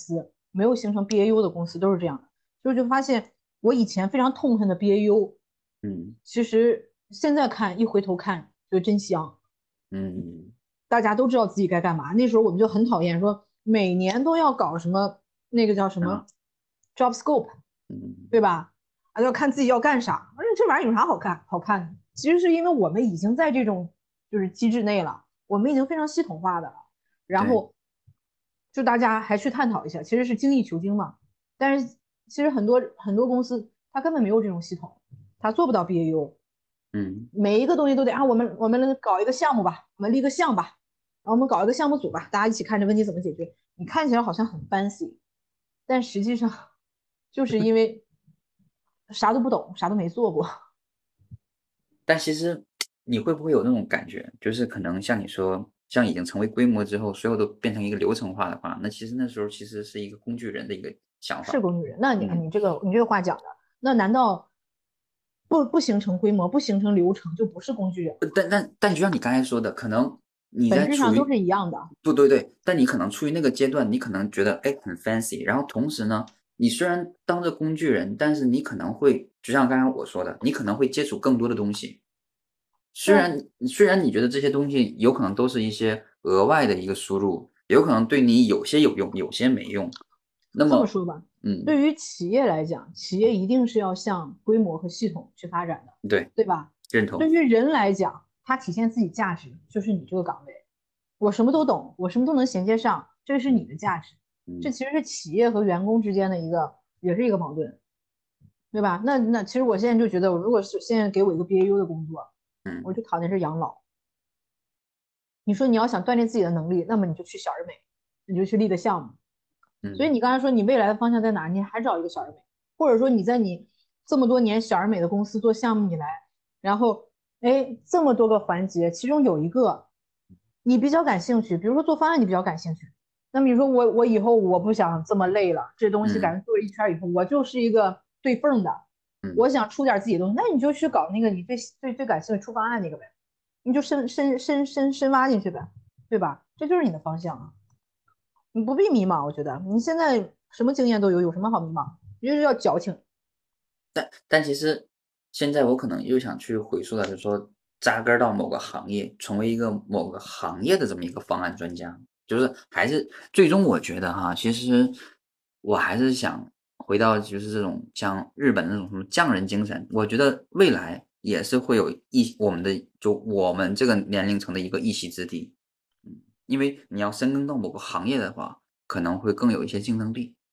没有形成 B A U 的公司都是这样的，就就发现我以前非常痛恨的 B A U， 嗯其实现在看一回头看就真香， 嗯大家都知道自己该干嘛。那时候我们就很讨厌说每年都要搞什么那个叫什啊么 job scope， 嗯， 对吧？啊，要看自己要干啥，而且这玩意儿有啥好看好看的？其实是因为我们已经在这种就是机制内了，我们已经非常系统化的了，然对， 后就大家还去探讨一下，其实是精益求精嘛。但是其实很多很多公司它根本没有这种系统，它做不到 B A U， 嗯。 每一个东西都得啊，我们我们搞一个项目吧，我们立个项吧，然后我们搞一个项目组吧，大家一起看这问题怎么解决。你看起来好像很 fancy，但实际上就是因为啥都不懂，啥都没做过。 但其实你会不会有那种感觉，就是可能像你说，像已经成为规模之后，所有都变成一个流程化的话，那其实那时候其实是一个工具人的一个想法。 是工具人，那你嗯， 你这个你这个话讲的，那难道不不形成规模，不形成流程就不是工具人？ 呃但但但就像你刚才说的，可能你本质上都在处于是一样的。 不对对，但你可能处于那个阶段，你可能觉得哎很 fancy，然后同时呢，你虽然当着工具人，但是你可能会，就像刚才我说的，你可能会接触更多的东西。虽对， 然虽然你觉得这些东西有可能都是一些额外的一个输入，有可能对你有些有用，有些没用。那么， 这么说吧， 嗯， 对于企业来讲，企业一定是要向规模和系统去发展的， 对， 对吧？ 认同， 对于人来讲，他体现自己价值就是你这个岗位，我什么都懂，我什么都能衔接上，这是你嗯的价值。这嗯其实是企业和员工之间的一个，也是一个矛盾，对吧？那那其实我现在就觉得，如果是现在给我一个 B A U 的工作，我嗯就讨厌是养老。你说你要想锻炼自己的能力，那么你就去小而美，你就去立个项目。所以嗯你刚才说你未来的方向在哪？你还找一个小而美，或者说你在你这么多年小而美的公司做项目以来，然后哎这么多个环节，其中有一个你比较感兴趣，比如说做方案你比较感兴趣，那么你说我我以后我不想这么累了，这东西感嗯觉做一圈以后，我就是一个对缝的， 嗯。 我想出点自己的东西，那你就去搞那个你最最最感兴趣出方案那个呗，你就深深深深深挖进去呗，对吧？这就是你的方向啊。你不必迷茫，我觉得你现在什么经验都有，有什么好迷茫？你就是要矫情。 但但其实现在我可能又想去回溯的是说，扎根儿到某个行业，成为一个某个行业的这么一个方案专家。就是还是最终我觉得哈，其实我还是想回到就是这种像日本那种什么匠人精神，我觉得未来也是会有一我们的就我们这个年龄层的一个一席之地。嗯，因为你要深耕到某个行业的话，可能会更有一些竞争力。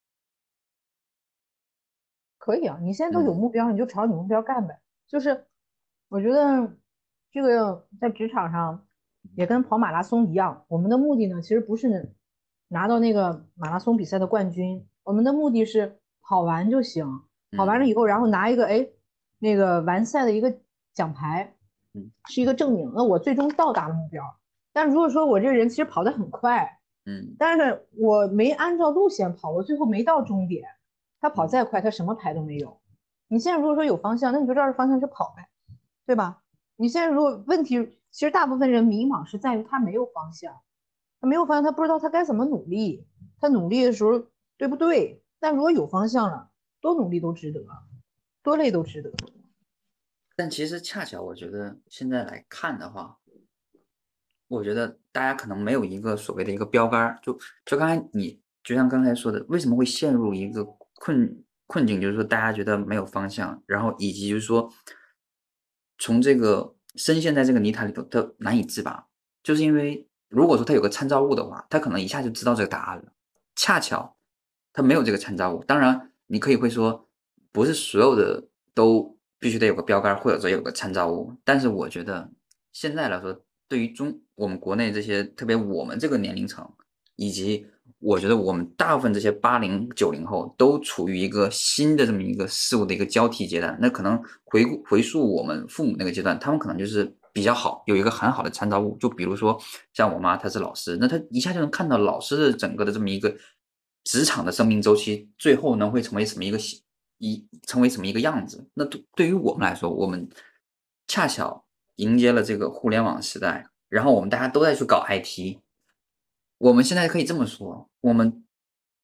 可以啊，你现在都有嗯目标，你就朝你目标干呗。就是我觉得这个在职场上也跟跑马拉松一样，我们的目的呢，其实不是拿到那个马拉松比赛的冠军，我们的目的是跑完就行，跑完了嗯以后，然后拿一个哎那个完赛的一个奖牌， 嗯是一个证明，那我最终到达了目标。但如果说我这个人其实跑得很快， 嗯但是我没按照路线跑，我最后没到终点。他跑嗯。 再快，他什么牌都没有。你现在如果说有方向，那你就照着方向去跑呗，对吧？你现在如果问题，其实大部分人迷茫是在于他没有方向，他没有方向，他不知道他该怎么努力，他努力的时候对不对？但如果有方向了，多努力都值得，多累都值得。 但其实恰巧我觉得现在来看的话，我觉得大家可能没有一个所谓的一个标杆儿，就就刚才你就像刚才说的，为什么会陷入一个困困境，就是说大家觉得没有方向，然后以及就是说从这个深陷在这个泥潭里头，他难以自拔，就是因为如果说他有个参照物的话，他可能一下就知道这个答案了。恰巧他没有这个参照物，当然你可以会说，不是所有的都必须得有个标杆儿或者说有个参照物，但是我觉得现在来说，对于中我们国内这些，特别我们这个年龄层，以及我觉得我们大部分这些八零九零后都处于一个新的这么一个事物的一个交替阶段。那可能回顾回溯我们父母那个阶段，他们可能就是比较好，有一个很好的参照物。就比如说像我妈，她是老师，那她一下就能看到老师的整个的这么一个职场的生命周期，最后呢会成为什么一个一成为什么一个样子。那对对于我们来说，我们恰巧迎接了这个互联网时代，然后我们大家都在去搞 I T。我们现在可以这么说，我们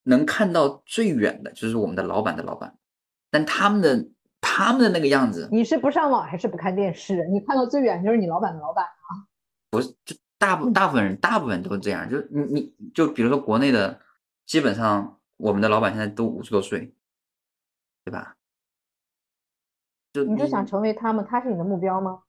能看到最远的就是我们的老板的老板，但他们的他们的那个样子， 你是不上网还是不看电视？你看到最远就是你老板的老板。 大部大部分人大部分都是这样，就你你就比如说国内的，基本上我们的老板现在都五十多岁，对吧？就你就想你成为他们，他是你的目标吗？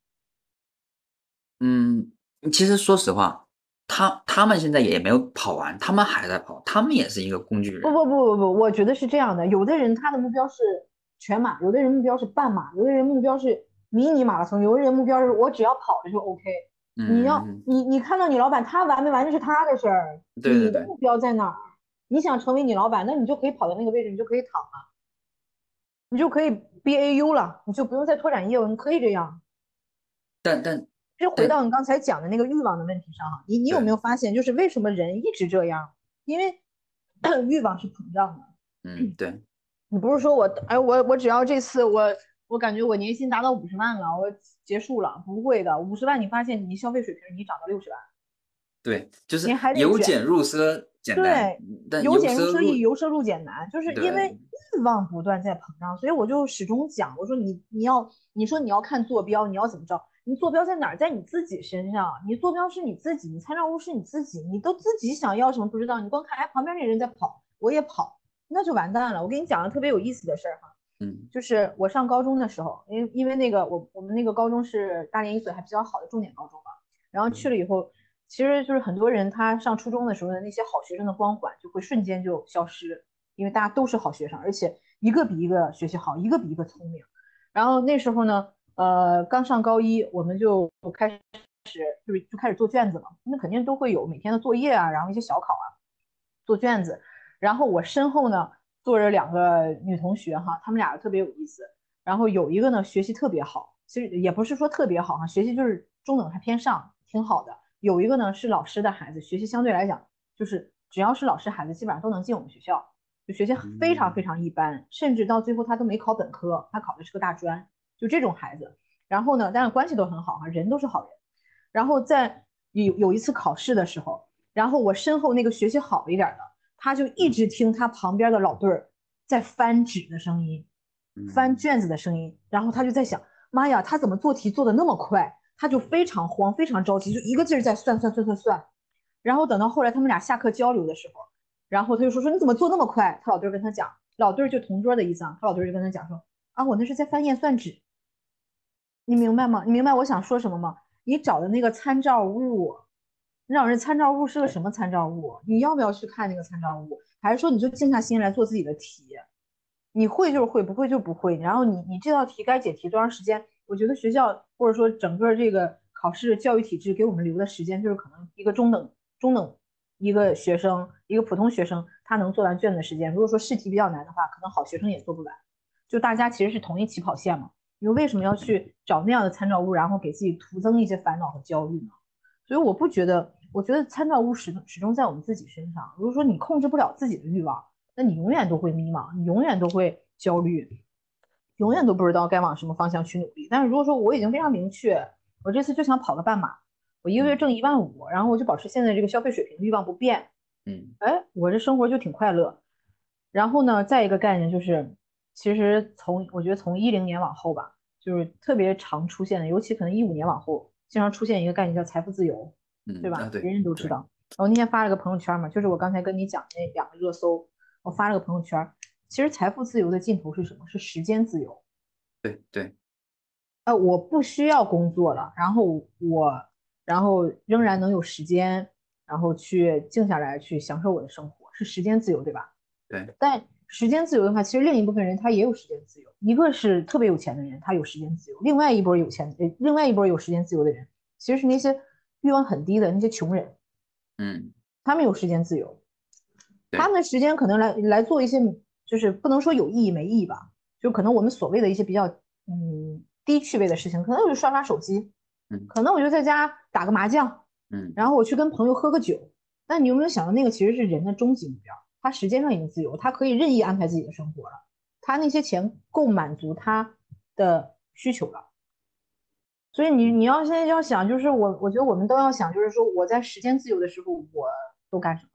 嗯，其实说实话，他他们现在也没有跑完，他们还在跑，他们也是一个工具人。 不不不不不，我觉得是这样的，有的人他的目标是全马，有的人目标是半马，有的人目标是迷你马拉松，有的人目标是我只要跑着就 OK。你要嗯， 你你看到你老板他完没完那是他的事儿， 对对对， 你的目标在哪儿？你想成为你老板，那你就可以跑到那个位置，你就可以躺了，你就可以 B A U 了，你就不用再拓展业务，你可以这样。 但但其实回到你刚才讲的那个欲望的问题上哈，你你有没对， 有发现，就是为什么人一直这样？因为欲望是膨胀的。 嗯对， 你不是说我，哎，我我只要这次我我感觉我年薪达到五十万了，我结束了，不会的，五十万你发现你消费水平你涨到六十万， 对，就是你还得卷。 由俭入奢简单， 对， 但由由俭入奢易， 奢入， 由奢入俭难，就是因对， 为欲望不断在膨胀，所以我就始终讲，我说你你要你说你要看坐标，你要怎么着？你坐标在哪儿？在你自己身上，你坐标是你自己，你参照物是你自己，你都自己想要什么不知道，你光看哎旁边那人在跑，我也跑，那就完蛋了。我给你讲个特别有意思的事儿哈， 嗯就是我上高中的时候，因为因为那个我我们那个高中是大连一所还比较好的重点高中嘛，然后去了以后。其实就是很多人他上初中的时候的那些好学生的光环就会瞬间就消失，因为大家都是好学生，而且一个比一个学习好，一个比一个聪明。然后那时候呢，呃，刚上高一，我们就开始就是就开始做卷子了，那肯定都会有每天的作业啊，然后一些小考啊，做卷子。然后我身后呢坐着两个女同学哈，她们俩特别有意思。然后有一个呢学习特别好，其实也不是说特别好哈，学习就是中等还偏上，挺好的。有一个呢是老师的孩子，学习相对来讲就是只要是老师孩子，基本上都能进我们学校，就学习非常嗯非常一般，甚至到最后他都没考本科，他考的是个大专，就这种孩子。然后呢，当然关系都很好哈，人都是好人。然后在有有一次考试的时候，然后我身后那个学习好一点的，他就一直听他旁边的老对儿在翻纸的声音，翻嗯卷子的声音，然后他就在想，妈呀，他怎么做题做的那么快？他就非常慌，非常着急，就一个劲儿在算算算算算。然后等到后来他们俩下课交流的时候，然后他就说说你怎么做那么快？他老对儿跟他讲，老对儿就同桌的意思啊，他老对儿就跟他讲说啊，我那是在翻验算纸，你明白吗？你明白我想说什么吗？你找的那个参照物，你找人参照物是个什么参照物？你要不要去看那个参照物？还是说你就静下心来做自己的题？你会就是会，不会就不会。然后你你这道题该解题多长时间？我觉得学校或者说整个这个考试教育体制给我们留的时间，就是可能一个中等中等一个学生，一个普通学生他能做完卷子的时间。如果说试题比较难的话，可能好学生也做不完。就大家其实是同一起跑线嘛。你为什么要去找那样的参照物，然后给自己徒增一些烦恼和焦虑呢？所以我不觉得，我觉得参照物始终始终在我们自己身上。如果说你控制不了自己的欲望，那你永远都会迷茫，你永远都会焦虑，永远都不知道该往什么方向去努力。但是如果说我已经非常明确，我这次就想跑个半马，我一个月嗯挣一万五，然后我就保持现在这个消费水平，欲望不变， 嗯哎，我这生活就挺快乐。然后呢，再一个概念就是，其实从我觉得从一零年往后吧，就是特别常出现的，尤其可能一五年往后，经常出现一个概念叫财富自由，对吧？ 嗯啊对人人都知对， 道。我那天发了个朋友圈嘛，就是我刚才跟你讲的那两个热搜，我发了个朋友圈。其实财富自由的尽头是什么？是时间自由。 对对， 呃，我不需要工作了，然后我，然后仍然能有时间，然后去静下来去享受我的生活，是时间自由，对吧？ 对， 但时间自由的话，其实另一部分人他也有时间自由，一个是特别有钱的人，他有时间自由；另外一波有钱，呃，另外一波有时间自由的人，其实是那些欲望很低的那些穷人， 嗯他们有时间自由，他对， 们的时间可能来来做一些，就是不能说有意义没意义吧，就可能我们所谓的一些比较嗯低趣味的事情，可能就是刷刷手机， 嗯可能我就在家打个麻将， 嗯然后我去跟朋友喝个酒。但你有没有想到，那个其实是人的终极目标？他时间上已经自由，他可以任意安排自己的生活了，他那些钱够满足他的需求了。所以你嗯你要现在要想，就是我我觉得我们都要想，就是说我在时间自由的时候，我都干什么？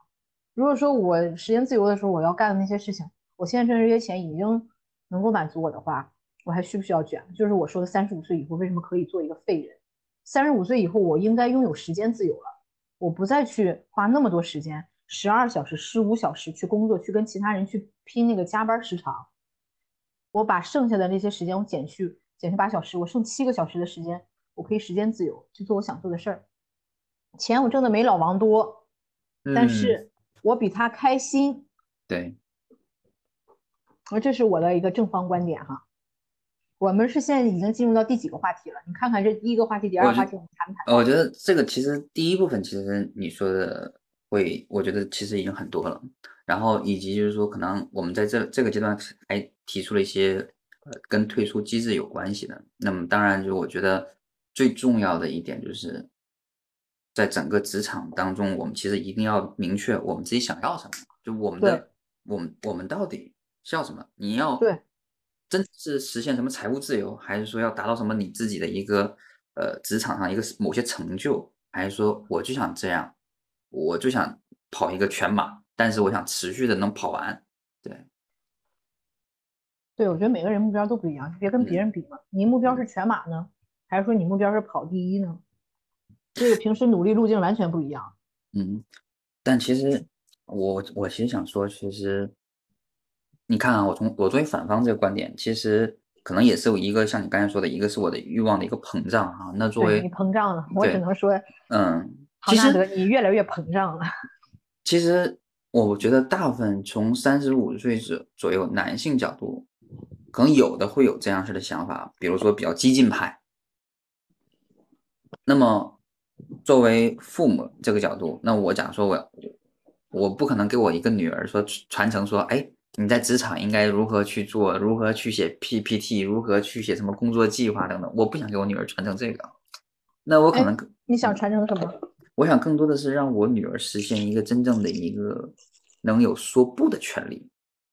如果说我时间自由的时候，我要干的那些事情，我现在挣这些钱已经能够满足我的话，我还需不需要卷？就是我说的三十五岁以后为什么可以做一个废人？三十五岁以后，我应该拥有时间自由了，我不再去花那么多时间，十二小时、十五小时去工作，去跟其他人去拼那个加班时长。我把剩下的那些时间我减去，减去八小时，我剩七个小时的时间，我可以时间自由去做我想做的事儿。钱我挣的没老王多，但嗯， 是我比他开心， 对。 而这是我的一个正方观点哈。我们是现在已经进入到第几个话题了？你看看这第一个话题、第二我觉个话题，我们谈不谈到？ 我觉得这个其实第一部分其实你说的会，我觉得其实已经很多了。然后以及就是说，可能我们在这这个阶段还提出了一些呃跟退出机制有关系的。那么当然，就我觉得最重要的一点就是，在整个职场当中，我们其实一定要明确我们自己想要什么，就我们对的我们我们到底是要什么？你要对， 真是实现什么财务自由，还是说要达到什么你自己的一个呃职场上一个某些成就，还是说我就想这样，我就想跑一个全马，但是我想持续的能跑完。对。 对，我觉得每个人目标都不一样，就别跟别嗯人比嘛。你目标嗯是全马呢，还是说你目标是跑第一呢？这个平时努力路径完全不一样。 嗯。但其实我我其实想说，其实你看啊，我从我作为反方这个观点，其实可能也是有一个像你刚才说的，一个是我的欲望的一个膨胀啊。那作对你为膨胀了，我只对， 能说， 嗯，其实唐纳德，你越来越膨胀了。 其实我觉得大部分从三十五岁左左右男性角度，可能有的会有这样式的想法，比如说比较激进派。那么作为父母这个角度，那我假如说我我不可能给我一个女儿说传承说，哎，你在职场应该如何去做，如何去写 P P T，如何去写什么工作计划等等，我不想给我女儿传承这个。那我可哎， 能更你想嗯， 传承什么？ 我想更多的是让我女儿实现一个真正的一个能有说不的权利。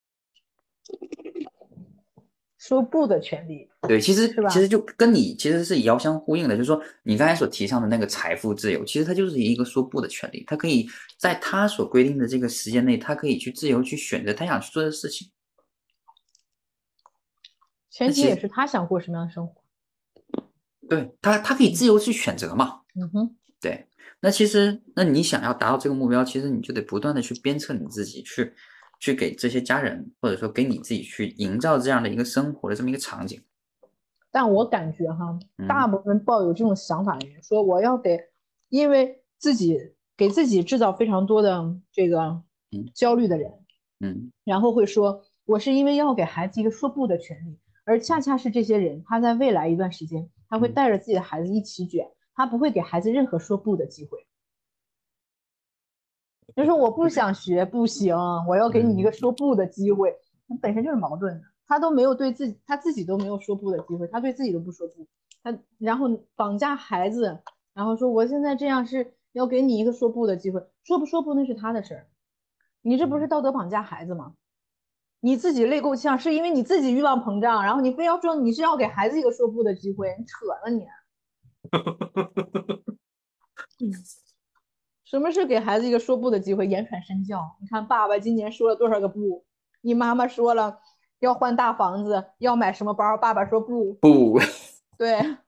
说不的权利， 对，其实是吧？ 其实就跟你其实是遥相呼应的，就是说你刚才所提倡的那个财富自由，其实它就是一个说不的权利，他可以在他所规定的这个时间内，他可以去自由去选择他想去做的事情。那前提其实也是他想过什么样的生活。 对他，他可以嗯自由去选择嘛。 嗯哼。 对，那其实那你想要达到这个目标，其实你就得不断的去鞭策你自己，去去给这些家人，或者说给你自己去营造这样的一个生活的这么一个场景。 但我感觉哈，大嗯部分抱有这种想法的人说，我要给，因为自己给自己制造非常多的这个嗯焦虑的人， 嗯然后会说，我是因为要给孩子一个说不的权利，而恰恰是这些人，他在未来一段时间，他会嗯带着自己的孩子一起卷，他不会给孩子任何说不的机会。就是我不想学，不行，我要给你一个嗯说不的机会，那本身就是矛盾的。他都没有对自己，他自己都没有说不的机会，他对自己都不说不，他然后绑架孩子，然后说我现在这样是要给你一个说不的机会，说不说不那是他的事儿，你这不是嗯。 道德绑架孩子吗？你自己累够呛，是因为你自己欲望膨胀，然后你非要说你是要给孩子一个说不的机会，你扯呢你。什么是给孩子一个说不的机会？言传身教。你看，爸爸今年说了多少个不？你妈妈说了要换大房子，要买什么包，爸爸说不。 不， 对，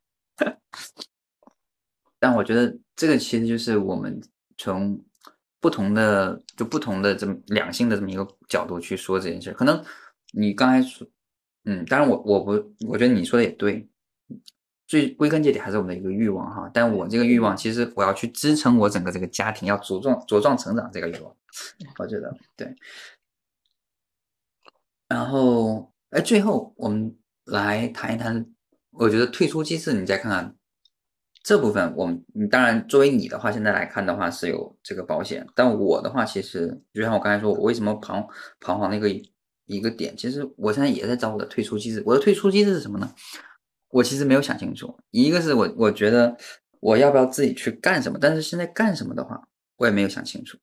但我觉得这个其实就是我们从不同的就不同的这么两性的这么一个角度去说这件事。可能你刚才说，嗯，当然我我不，我觉得你说的也对，最归根结底还是我们的一个欲望哈。但我对， 这个欲望， 是欲望。 其实我要去支撑我整个这个家庭要茁壮茁壮成长这个欲望，我觉得对。然后，哎，最后我们来谈一谈，我觉得退出机制，你再看看这部分，我们你当然作为你的话，现在来看的话是有这个保险，但我的话，其实就像我刚才说，我为什么彷彷徨的一个一个点，其实我现在也在找我的退出机制。我的退出机制是什么呢？我其实没有想清楚，一个是我我觉得我要不要自己去干什么，但是现在干什么的话，我也没有想清楚。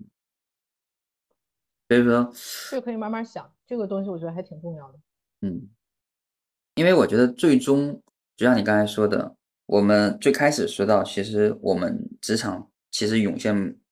所以说， 这个可以慢慢想，这个东西我觉得还挺重要的。 嗯。因为我觉得最终，就像你刚才说的，我们最开始说到，其实我们职场其实涌现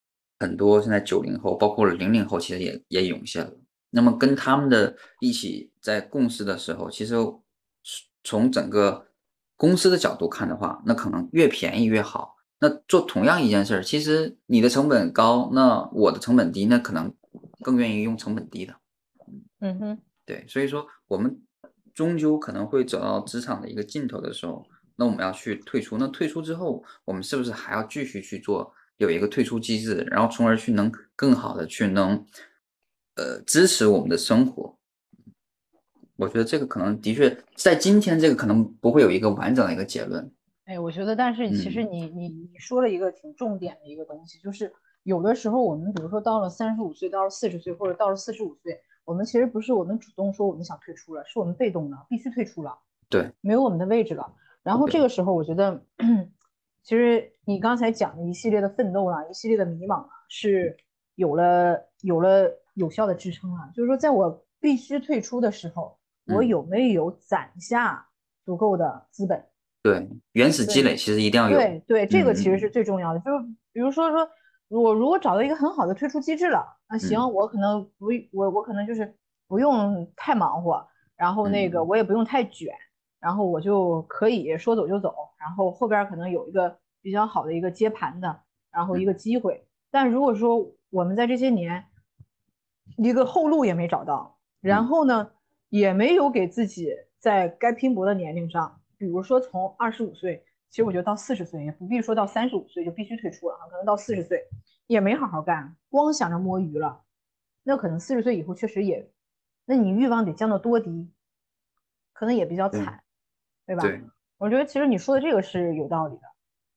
很多现在九零后，包括零零后，其实也也涌现了。那么跟他们的一起在共事的时候，其实从整个公司的角度看的话，那可能越便宜越好。那做同样一件事儿，其实你的成本高，那我的成本低，那可能更愿意用成本低的。 嗯哼。 对，所以说我们终究可能会走到职场的一个尽头的时候，那我们要去退出。那退出之后，我们是不是还要继续去做，有一个退出机制，然后从而去能更好的去能，呃，支持我们的生活？我觉得这个可能的确在今天这个可能不会有一个完整的一个结论。 哎，我觉得，但是其实嗯， 你你你说了一个挺重点的一个东西，就是有的时候我们比如说到了三十五岁，到了四十岁，或者到了四十五岁，我们其实不是我们主动说我们想退出了，是我们被动的，必须退出了， 对没有我们的位置了。然后这对， 个时候，我觉得，其实你刚才讲的一系列的奋斗啊，一系列的迷茫啊，是有了有了有效的支撑啊。就是说，在我必须退出的时候，我嗯， 有没有攒下足够的资本？ 对，原始积对累其实一定要有。 对对，这个其实是嗯嗯最重要的。就是比如说说，我如果找到一个很好的退出机制了，那行， 嗯我可能不我我可能就是不用太忙活，然后那个嗯我也不用太卷，然后我就可以说走就走，然后后边可能有一个比较好的一个接盘的，然后一嗯个机会。但如果说我们在这些年一个后路也没找到，然嗯后呢，也没有给自己在该拼搏的年龄上，比如说从二十五岁，其实我觉得到四十岁也不必说到三十五岁就必须退出了啊，可能到四十岁也没好好干，光想着摸鱼了，那可能四十岁以后确实也，那你欲望得降到多低，可能也比较对惨，对吧？ 对。 我觉得其实你说的这个是有道理的。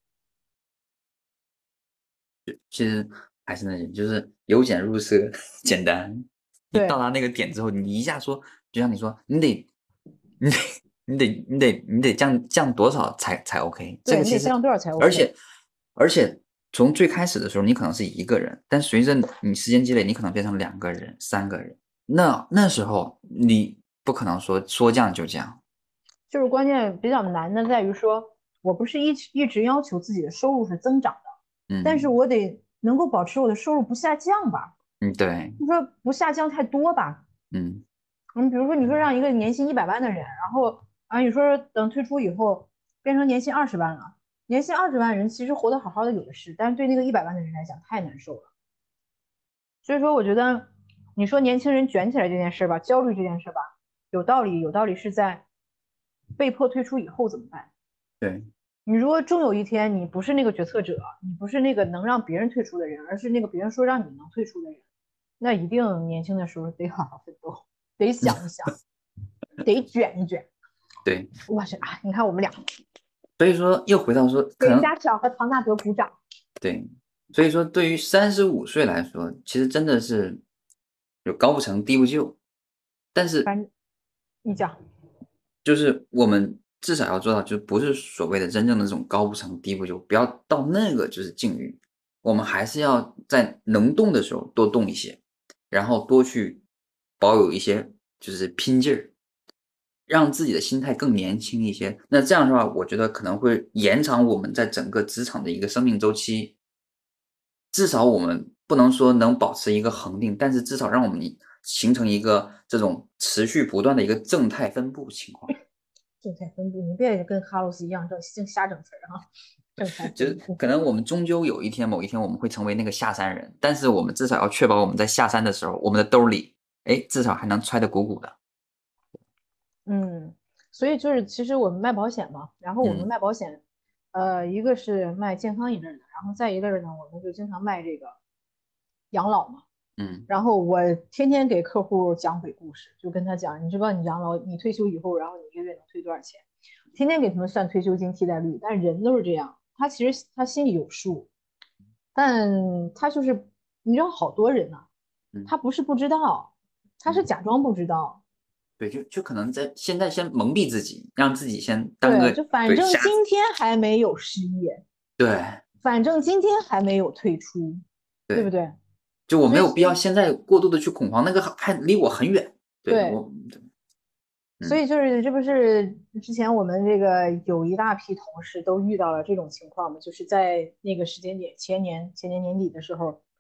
其实还是那些，就是由俭入奢，简单。你到对达那个点之后，你一下说，就像你说，你得，你得，你得，你得，你得降降多少才才 OK？这对， 个其实， 你得降多少才而 OK？ 且而且从最开始的时候，你可能是一个人，但随着你时间积累，你可能变成两个人、三个人。那那时候你不可能说说降就降。 就是关键比较难的在于说，我不是一一直要求自己的收入是增长的，但是嗯我得能够保持我的收入不下降吧？ 嗯，对， 就说不下降太多吧？ 嗯嗯，比如说你说让一个年薪一百万的人，然后啊，你说等退出以后变成年薪二十万了，年薪二十万人其实活得好好的有的是，但是对那个一百万的人来讲太难受了。所以说，我觉得你说年轻人卷起来这件事吧，焦虑这件事吧，有道理，有道理是在被迫退出以后怎么办？ 对你如果终有一天你不是那个决策者，你不是那个能让别人退出的人，而是那个别人说让你能退出的人，那一定年轻的时候得好好奋斗，得想一想，得卷一卷。 对， 我去啊！你看我们俩所以说又回到说，可能给家长和唐纳德鼓掌。 对，所以说对于三十五岁来说，其实真的是有高不成低不就，但是反正你讲。 就是我们至少要做到，就不是所谓的真正的这种高不成低不就，不要到那个就是境遇。我们还是要在能动的时候多动一些，然后多去保有一些就是拼劲儿，让自己的心态更年轻一些。那这样的话，我觉得可能会延长我们在整个职场的一个生命周期。至少我们不能说能保持一个恒定，但是至少让我们形成一个这种持续不断的一个正态分布情况。 正态分布，你别跟哈罗斯一样整净瞎整词儿哈。正态就是分布。 可能我们终究有一天，某一天我们会成为那个下山人，但是我们至少要确保我们在下山的时候，我们的兜里，哎，至少还能揣得鼓鼓的。 嗯，所以就是其实我们卖保险嘛，然后我们嗯卖保险，呃，一个是卖健康一类的，然后再一个呢，我们就经常卖这个养老嘛。 嗯然后我天天给客户讲鬼故事，就跟他讲，你知道你养老，你退休以后，然后你一个月能退多少钱？天天给他们算退休金替代率，但人都是这样，他其实他心里有数，但他就是你知道好多人呢、啊嗯， 他不是不知道，他是嗯， 假装不知道。 对，就就可能在现在先蒙蔽自己，让自己先当对， 个就反对瞎子。 正今天还没有失业， 对反正今天还没有退出，对不对， 对？ 就我没有必要所以其实现在过度的去恐慌，那个还离我很远。对对， 我，嗯所以就是这不是之前我们这个有一大批同事都遇到了这种情况吗？就是在那个时间点，前年前年年底的时候，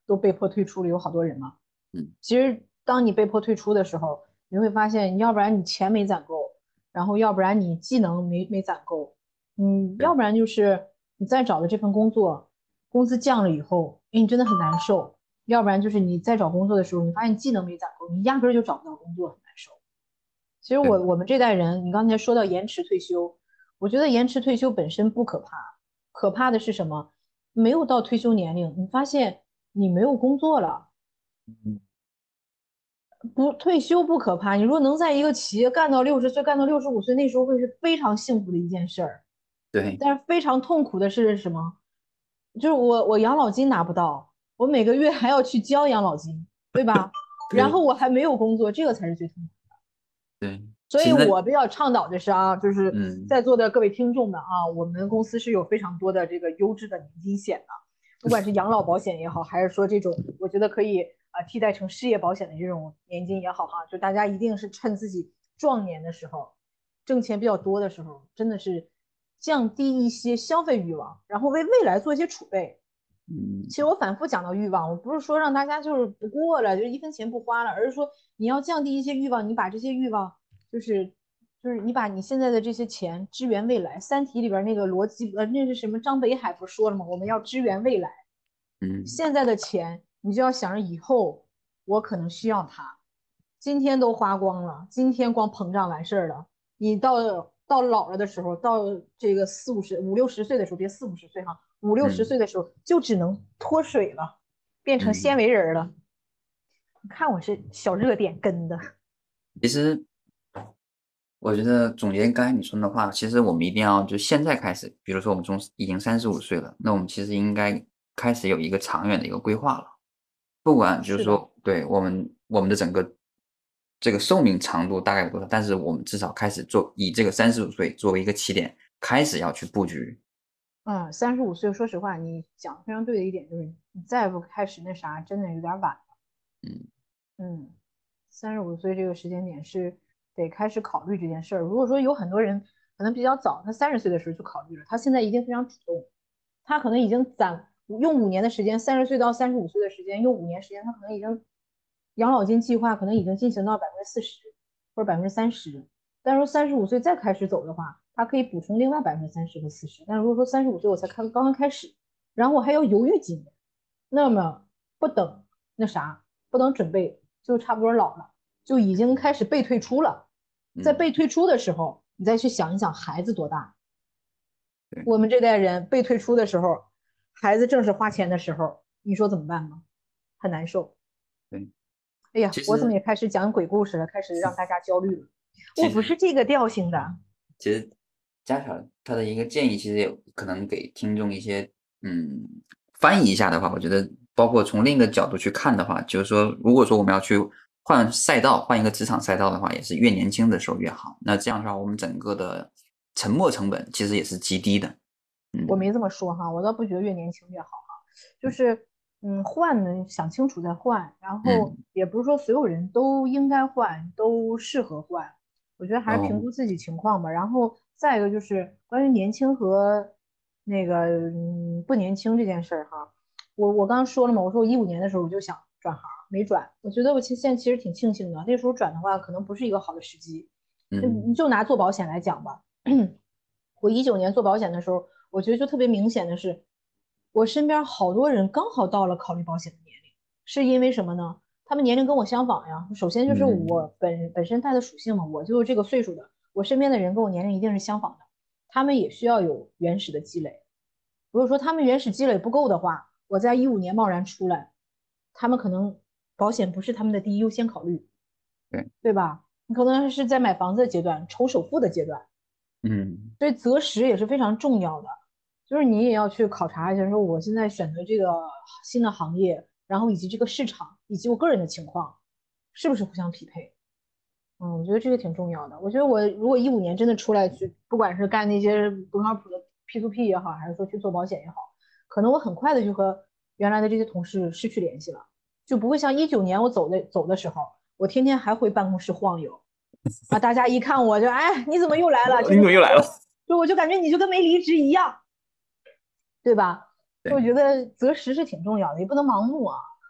都被迫退出了，有好多人嘛。 嗯， 其实当你被迫退出的时候，你会发现，要不然你钱没攒够，然后要不然你技能没没攒够，嗯， 对， 要不然就是你再找的这份工作，工资降了以后，哎，你真的很难受；要不然就是你再找工作的时候，你发现技能没攒够，你压根儿就找不到工作，很难受。其实我对， 我们这代人，你刚才说到延迟退休，我觉得延迟退休本身不可怕，可怕的是什么？没有到退休年龄，你发现你没有工作了。 嗯， 不退休不可怕，你如果能在一个企业干到六十岁，干到六十五岁，那时候会是非常幸福的一件事儿。 对， 但是非常痛苦的是什么？就是我我养老金拿不到，我每个月还要去交养老金，对吧？然后对， 我还没有工作，这个才是最痛苦。 对， 所以其实那， 我比较倡导的是啊，就是嗯， 在座的各位听众们啊，我们公司是有非常多的这个优质的年金险的，不管是养老保险也好，还是说这种我觉得可以啊、呃替代成失业保险的这种年金也好哈，就大家一定是趁自己壮年的时候，挣钱比较多的时候，真的是降低一些消费欲望，然后为未来做一些储备。 嗯， 其实我反复讲到欲望，我不是说让大家就是不过了，就一分钱不花了，而是说你要降低一些欲望，你把这些欲望就是就是你把你现在的这些钱支援未来。《三体》里边那个逻辑，呃，那是什么？张北海不是说了吗？我们要支援未来， 嗯， 现在的钱你就要想着以后我可能需要它，今天都花光了，今天光膨胀完事儿了，你到到老了的时候，到这个四五十、五六十岁的时候，别四五十岁哈，五六十嗯， 岁的时候就只能脱水了，变成纤嗯， 维人了。你看我是小热点跟的。 其实我觉得总结刚才你说的话，其实我们一定要就现在开始，比如说我们中已经三十五岁了，那我们其实应该开始有一个长远的一个规划了。不管就是是的， 说，对我们我们的整个这个寿命长度大概有多少，但是我们至少开始做以这个三十五岁作为一个起点，开始要去布局。 嗯，三十五岁，说实话，你讲的非常对的一点就是，你再不开始那啥，真的有点晚。 嗯， 嗯，三十五岁这个时间点是得开始考虑这件事儿。如果说有很多人可能比较早，他三十岁的时候就考虑了，他现在已经非常主动，他可能已经攒用五年的时间，三十岁到三十五岁的时间，用五年时间，他可能已经养老金计划可能已经进行到百分之四十或者百分之三十。但是说三十五岁再开始走的话，他可以补充另外百分之三十和四十。但如果说三十五岁我才开刚刚开始，然后我还要犹豫几年，那么不等那啥，不等准备。就差不多老了，就已经开始被退出了。在嗯， 被退出的时候，你再去想一想孩子多大。 对， 我们这代人被退出的时候，孩子正是花钱的时候，你说怎么办吗？很难受。 对， 哎呀， 其实我怎么也开始讲鬼故事了，开始让大家焦虑了。我不是其实这个调性的。 其实家小他的一个建议，其实也可能给听众一些嗯翻译一下的话，我觉得包括从另一个角度去看的话，就是说，如果说我们要去换赛道，换一个职场赛道的话，也是越年轻的时候越好。那这样的话，我们整个的沉没成本其实也是极低的。嗯， 我没这么说哈，我倒不觉得越年轻越好哈，就是嗯换呢想清楚再换，然后嗯， 也不是说所有人都应该换，都适合换，我觉得还是评哦， 估自己情况吧。然后再一个就是关于年轻和那个嗯不年轻这件事儿哈，我我刚刚说了嘛，我说我一五年的时候我就想转行，没转，我觉得我现现在其实挺庆幸的，那时候转的话可能不是一个好的时机。嗯， 嗯， 就拿做保险来讲吧，我一九年做保险的时候。我觉得就特别明显的是，我身边好多人刚好到了考虑保险的年龄，是因为什么呢？他们年龄跟我相仿呀。首先就是嗯， 我本本身带的属性嘛，我就是这个岁数的，我身边的人跟我年龄一定是相仿的，他们也需要有原始的积累。如果说他们原始积累不够的话，我在一五年贸然出来，他们可能保险不是他们的第一优先考虑， 对， 对吧？你可能是在买房子的阶段，筹首付的阶段， 嗯， 所以择时也是非常重要的。就是你也要去考察一下，说我现在选择这个新的行业，然后以及这个市场，以及我个人的情况，是不是互相匹配？嗯，我觉得这个挺重要的。我觉得我如果一五年真的出来去，不管是干那些不靠谱的 P to P 也好，还是说去做保险也好，可能我很快的就和原来的这些同事失去联系了，就不会像一九年我走的走的时候，我天天还回办公室晃悠啊，大家一看我就哎你怎么又来了？这你个感觉， 怎么又来了？ 就我就感觉你就跟没离职一样。对吧？我对， 觉得择时是挺重要的，也不能盲目啊。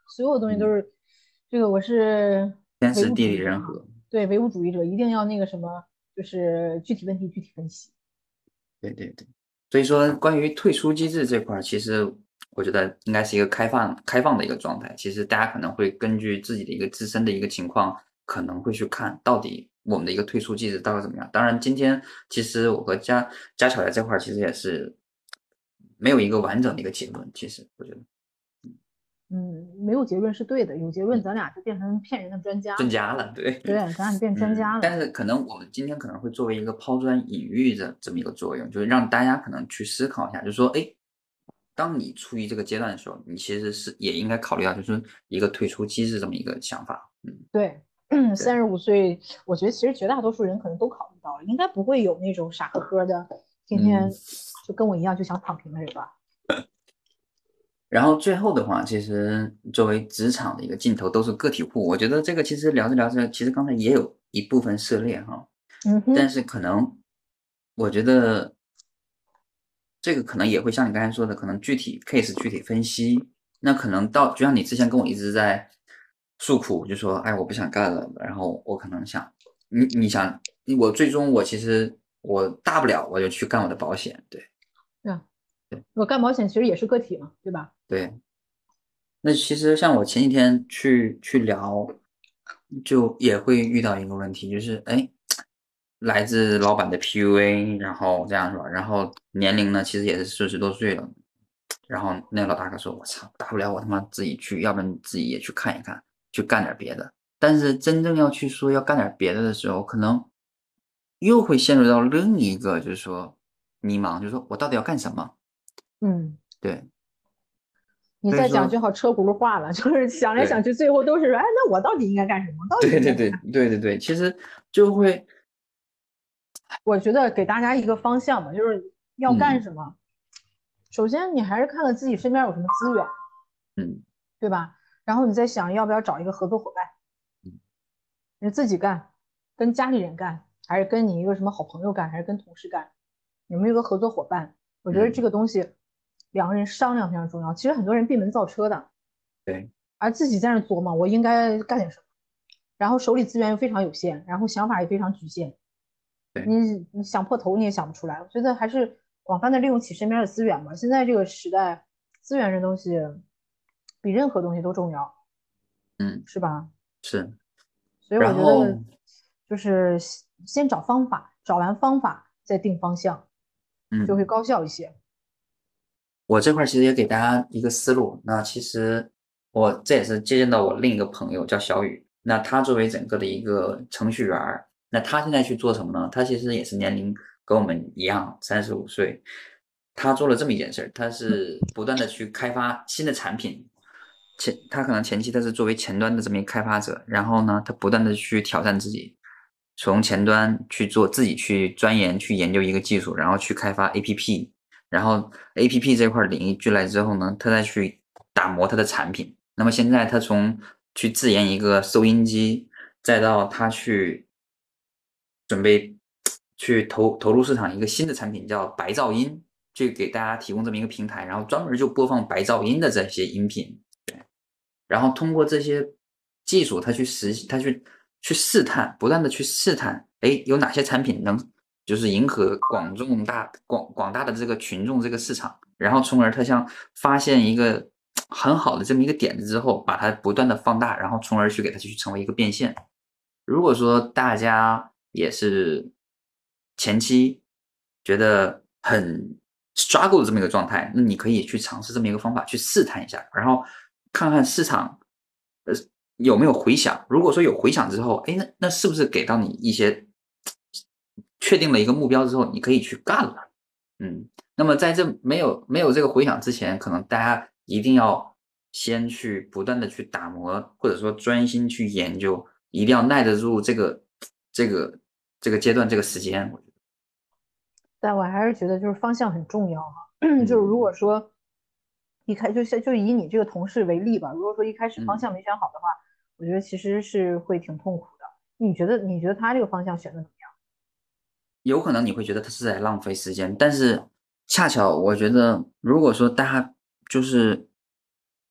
所有东西都嗯， 是这个，我是唯物天时地利主义者哈， 人和。 对，唯物主义者一定要那个什么，就是具体问题具体分析。 对对对，所以说关于退出机制这块儿，其实我觉得应该是一个开放开放的一个状态。其实大家可能会根据自己的一个自身的一个情况，可能会去看到底我们的一个退出机制到底怎么样。当然，今天其实我和佳佳巧在这块儿其实也是没有一个完整的一个结论。其实我觉得嗯，没有结论是对的，有结论咱俩就变成骗人的专家了。 专家了，对。 对，咱俩就变专嗯， 家了。 但是可能我们今天可能会作为一个抛砖引玉的这么一个作用，就是让大家可能去思考一下，就是说，哎，当你处于这个阶段的时候，你其实是也应该考虑到，就是一个退出机制这么一个想法。嗯， 对，三对， 十五岁，我觉得其实绝大多数人可能都考虑到了，应该不会有那种傻呵呵的，天嗯。 天就跟我一样就想躺平的人吧？ 然后最后的话，其实作为职场的一个尽头都是个体户，我觉得这个其实聊着聊着，其实刚才也有一部分涉猎哈， 嗯哼。 但是可能我觉得这个可能也会像你刚才说的，可能具体 case 具体分析，那可能到就像你之前跟我一直在诉苦，就说哎我不想干了，然后我可能想你你想我最终我其实我大不了我就去干我的保险，对对啊， 对我干保险其实也是个体嘛，对吧？ 对。那其实像我前几天去去聊，就也会遇到一个问题，就是哎，来自老板的 P U A，然后这样是吧？然后年龄呢，其实也是四十多岁了。然后那个老大哥说：“我操，大不了我他妈自己去，要不然自己也去看一看，去干点别的。”但是真正要去说要干点别的的时候，可能又会陷入到另一个就是说迷茫，就是说我到底要干什么？ 嗯， 对， 你再讲就所以说好车轱辘话了，就是想来想对。 去，最后都是说，哎，那我到底应该干什么？到底对对对应该干啥？ 对对对，其实就会， 我觉得给大家一个方向吧，就是要干嗯什么。首先，你还是看看自己身边有什么资源， 嗯对吧？然后你再想要不要找一个合作伙伴， 嗯你自己干，跟家里人干，还是跟你一个什么好朋友干，还是跟同事干？有没有个合作伙伴？我觉得这嗯， 个东西两个人商量非常重要。其实很多人闭门造车的， 对而自己在那琢磨我应该干点什么，然后手里资源又非常有限，然后想法也非常局限， 对， 你你想破头你也想不出来。我觉得还是广泛的利用起身边的资源吧。现在这个时代，资源这东西比任何东西都重要， 嗯是吧？ 是， 所以我然后觉得就是先找方法，找完方法再定方向，就会嗯， 高效一些。 我这块儿其实也给大家一个思路。那其实我这也是借鉴到我另一个朋友叫小雨，那他作为整个的一个程序员儿，那他现在去做什么呢？他其实也是年龄跟我们一样，三十五岁。他做了这么一件事儿，他是不断的去开发新的产品。前他可能前期他是作为前端的这么一个开发者，然后呢，他不断的去挑战自己，从前端去做自己去钻研去研究一个技术，然后去开发 A P P，然后 A P P 这块领域进来之后呢，他再去打磨他的产品。那么现在他从去自研一个收音机，再到他去准备去投投入市场一个新的产品叫白噪音，去给大家提供这么一个平台，然后专门就播放白噪音的这些音频。然后通过这些技术，他去实习，他去去试探，不断的去试探，哎，有哪些产品能就是迎合广众大广广大的这个群众这个市场，然后从而他像发现一个很好的这么一个点子之后，把它不断的放大，然后从而去给它去成为一个变现。如果说大家也是前期觉得很 struggle 的这么一个状态，那你可以去尝试这么一个方法去试探一下，然后看看市场呃有没有回响。如果说有回响之后，哎，那那是不是给到你一些确定了一个目标之后，你可以去干了？嗯，那么在这没有没有这个回响之前，可能大家一定要先去不断的去打磨，或者说专心去研究，一定要耐得住这个这个这个阶段这个时间。 但我还是觉得就是方向很重要哈。就是如嗯果说一开就像就以你这个同事为例吧，如果说一开始方嗯， 向没选好的话，我觉得其实是会挺痛苦的。你觉得你觉得他这个方向选的怎么样？ 有可能你会觉得他是在浪费时间，但是恰巧我觉得，如果说大家就是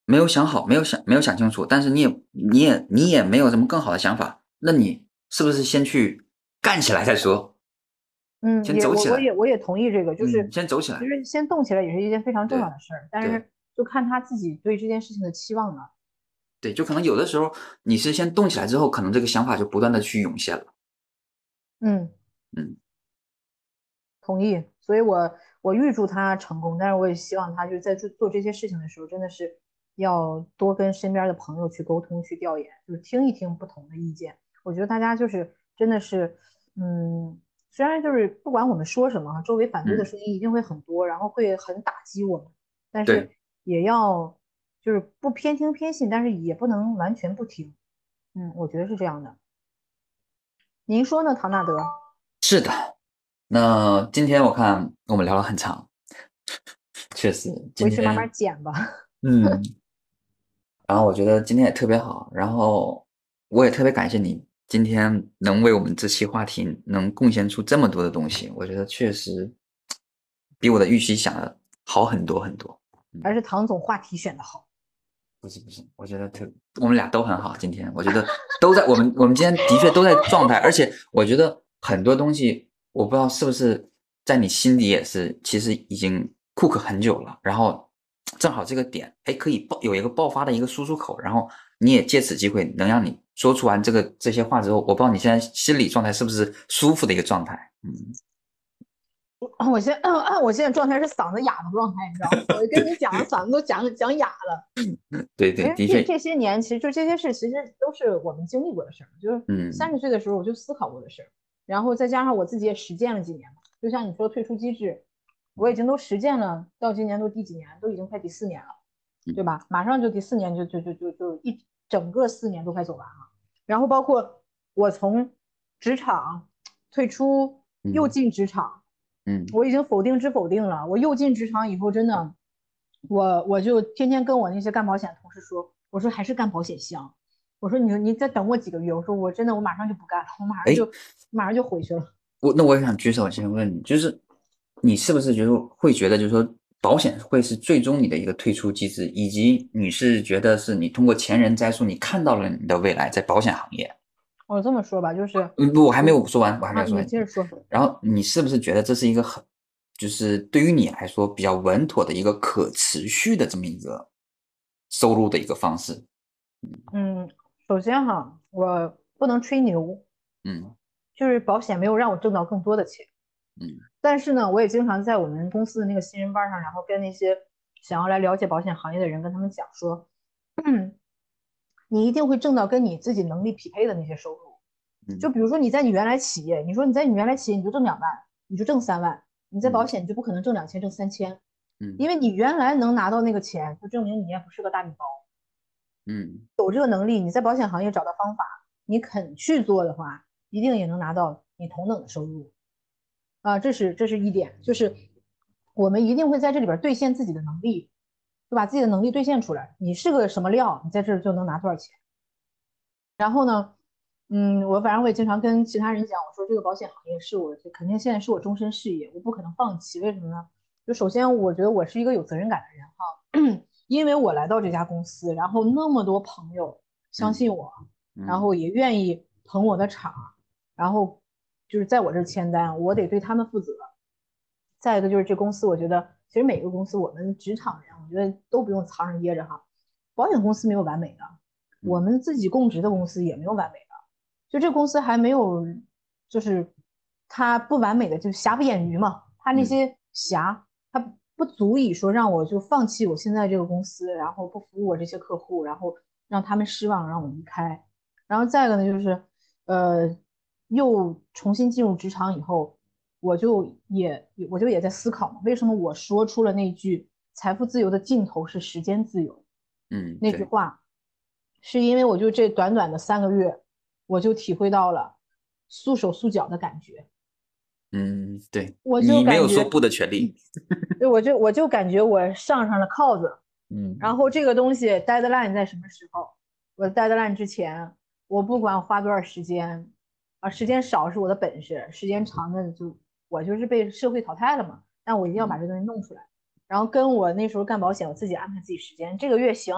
没有想好，没有想没有想清楚，但是你也你也你也没有什么更好的想法，那你是不是先去干起来再说？ 嗯， 先也我走起来。 我也我也同意这个，就嗯， 是先走起来。 其实先动起来也是一件非常重要对的事儿，但对是就看他自己对这件事情的期望了。 对，就可能有的时候你是先动起来之后，可能这个想法就不断的去涌现了。 嗯， 嗯同意。所以我我预祝他成功，但是我也希望他就在做做这些事情的时候，真的是要多跟身边的朋友去沟通、去调研，就是听一听不同的意见。我觉得大家就是真的是，嗯，虽然就是不管我们说什么，周围反对的嗯， 声音一定会很多，然后会很打击我们，但对， 是也要就是不偏听偏信，但是也不能完全不听。嗯，我觉得是这样的。您说呢，唐纳德？ 是的。那今天我看我们聊了很长，确实今回去慢天慢剪吧。 嗯，然后我觉得今天也特别好，然后我也特别感谢你今天能为我们这期话题能贡献出这么多的东西，我觉得确实比我的预期想的好很多很多。嗯， 还是唐总话题选的好。 不是不是，我觉得特我们俩都很好，今天我觉得都在我们我们今天的确都在状态，而且我觉得很多东西我不知道是不是在你心底也是，其实已经 cook 很久了，然后正好这个点，哎，可以爆有一个爆发的一个输出口，然后你也借此机会能让你说出完这个这些话之后，我不知道你现在心理状态是不是舒服的一个状态。嗯， 我现在，我现在状态是嗓子哑的状态，你知道吗？我跟你讲，嗓子都讲讲哑了。 对对， 因为的确。 这这些年，其实就这些事，其实都是我们经历过的事儿。就是三嗯十岁的时候，我就思考过的事儿，然后再加上我自己也实践了几年嘛。就像你说退出机制，我已经都实践了，到今年都第几年？都已经快第四年了， 嗯对吧？马上就第四年就，就就就就一整个四年都快走完了。然后包括我从职场退出，又嗯进职场， 嗯， 我已经否定之否定了。我又进职场以后，真的，我我就天天跟我那些干保险同事说，我说还是干保险香。我说你你再等我几个月，我说我真的我马上就不干了，我马上哎， 就马上就回去了。 我那我也想举手先问你，就是你是不是觉得会觉得，就是说保险会是最终你的一个退出机制，以及你是觉得是你通过前人摘述，你看到了你的未来在保险行业？ 我这么说吧，就是嗯，不，我还没我有说完，我还没啊， 有说完。 你接着说。 然后你是不是觉得这是一个很，就是对于你来说比较稳妥的一个可持续的这么一个收入的一个方式？ 嗯，首先哈，我不能吹牛， 嗯就是保险没有让我挣到更多的钱。 嗯但是呢，我也经常在我们公司的那个新人班上，然后跟那些想要来了解保险行业的人，跟他们讲说，你一定会挣到跟你自己能力匹配的那些收入。就嗯比如说你在你原来企业，你说你在你原来企业你就挣两万，你就挣三万，你在保嗯险你就不可能挣两千挣三千， 嗯因为你原来能拿到那个钱，就证明你也不是个大米包。 嗯有这个能力，你在保险行业找到方法，你肯去做的话，一定也能拿到你同等的收入啊。这是这是一点，就是我们一定会在这里边兑现自己的能力，就把自己的能力兑现出来。你是个什么料，你在这儿就能拿多少钱。然后呢，嗯，我反正我也经常跟其他人讲，我说这个保险行业是我肯定现在是我终身事业，我不可能放弃。为什么呢？就首先我觉得我是一个有责任感的人哈，因为我来到这家公司，然后那么多朋友相嗯信我，然嗯后也愿意捧我的场，然后就是在我这儿签单，我得对他们负责。再一个就是这公司，我觉得其实每个公司我们职场人，我觉得都不用藏着掖着哈。保险公司没有完美的，我嗯们自己供职的公司也没有完美的。就这公司还没有，就是它不完美的，就瑕不掩瑜嘛。它那嗯些瑕，它不足以说让我就放弃我现在这个公司，然后不服务我这些客户，然后让他们失望，让我离开。然后再一个呢，就是呃，又重新进入职场以后，我就也我就也在思考嘛，为什么我说出了那句“财富自由的尽头是时间自由” 嗯， 那句对。 话，是因为我就这短短的三个月，我就体会到了束手束脚的感觉， 嗯，对， 我就你没有感觉， 说不的权利。 对，我就我就感觉我上上了铐子，然嗯后这个东西 deadline 在什么时候？我的 deadline 之前，我不管花多少时间，啊，时间少是我的本事，时间长的就我就是被社会淘汰了嘛。但我一定要把嗯这东西弄出来。然后跟我那时候干保险，我自己安排自己时间，这个月行，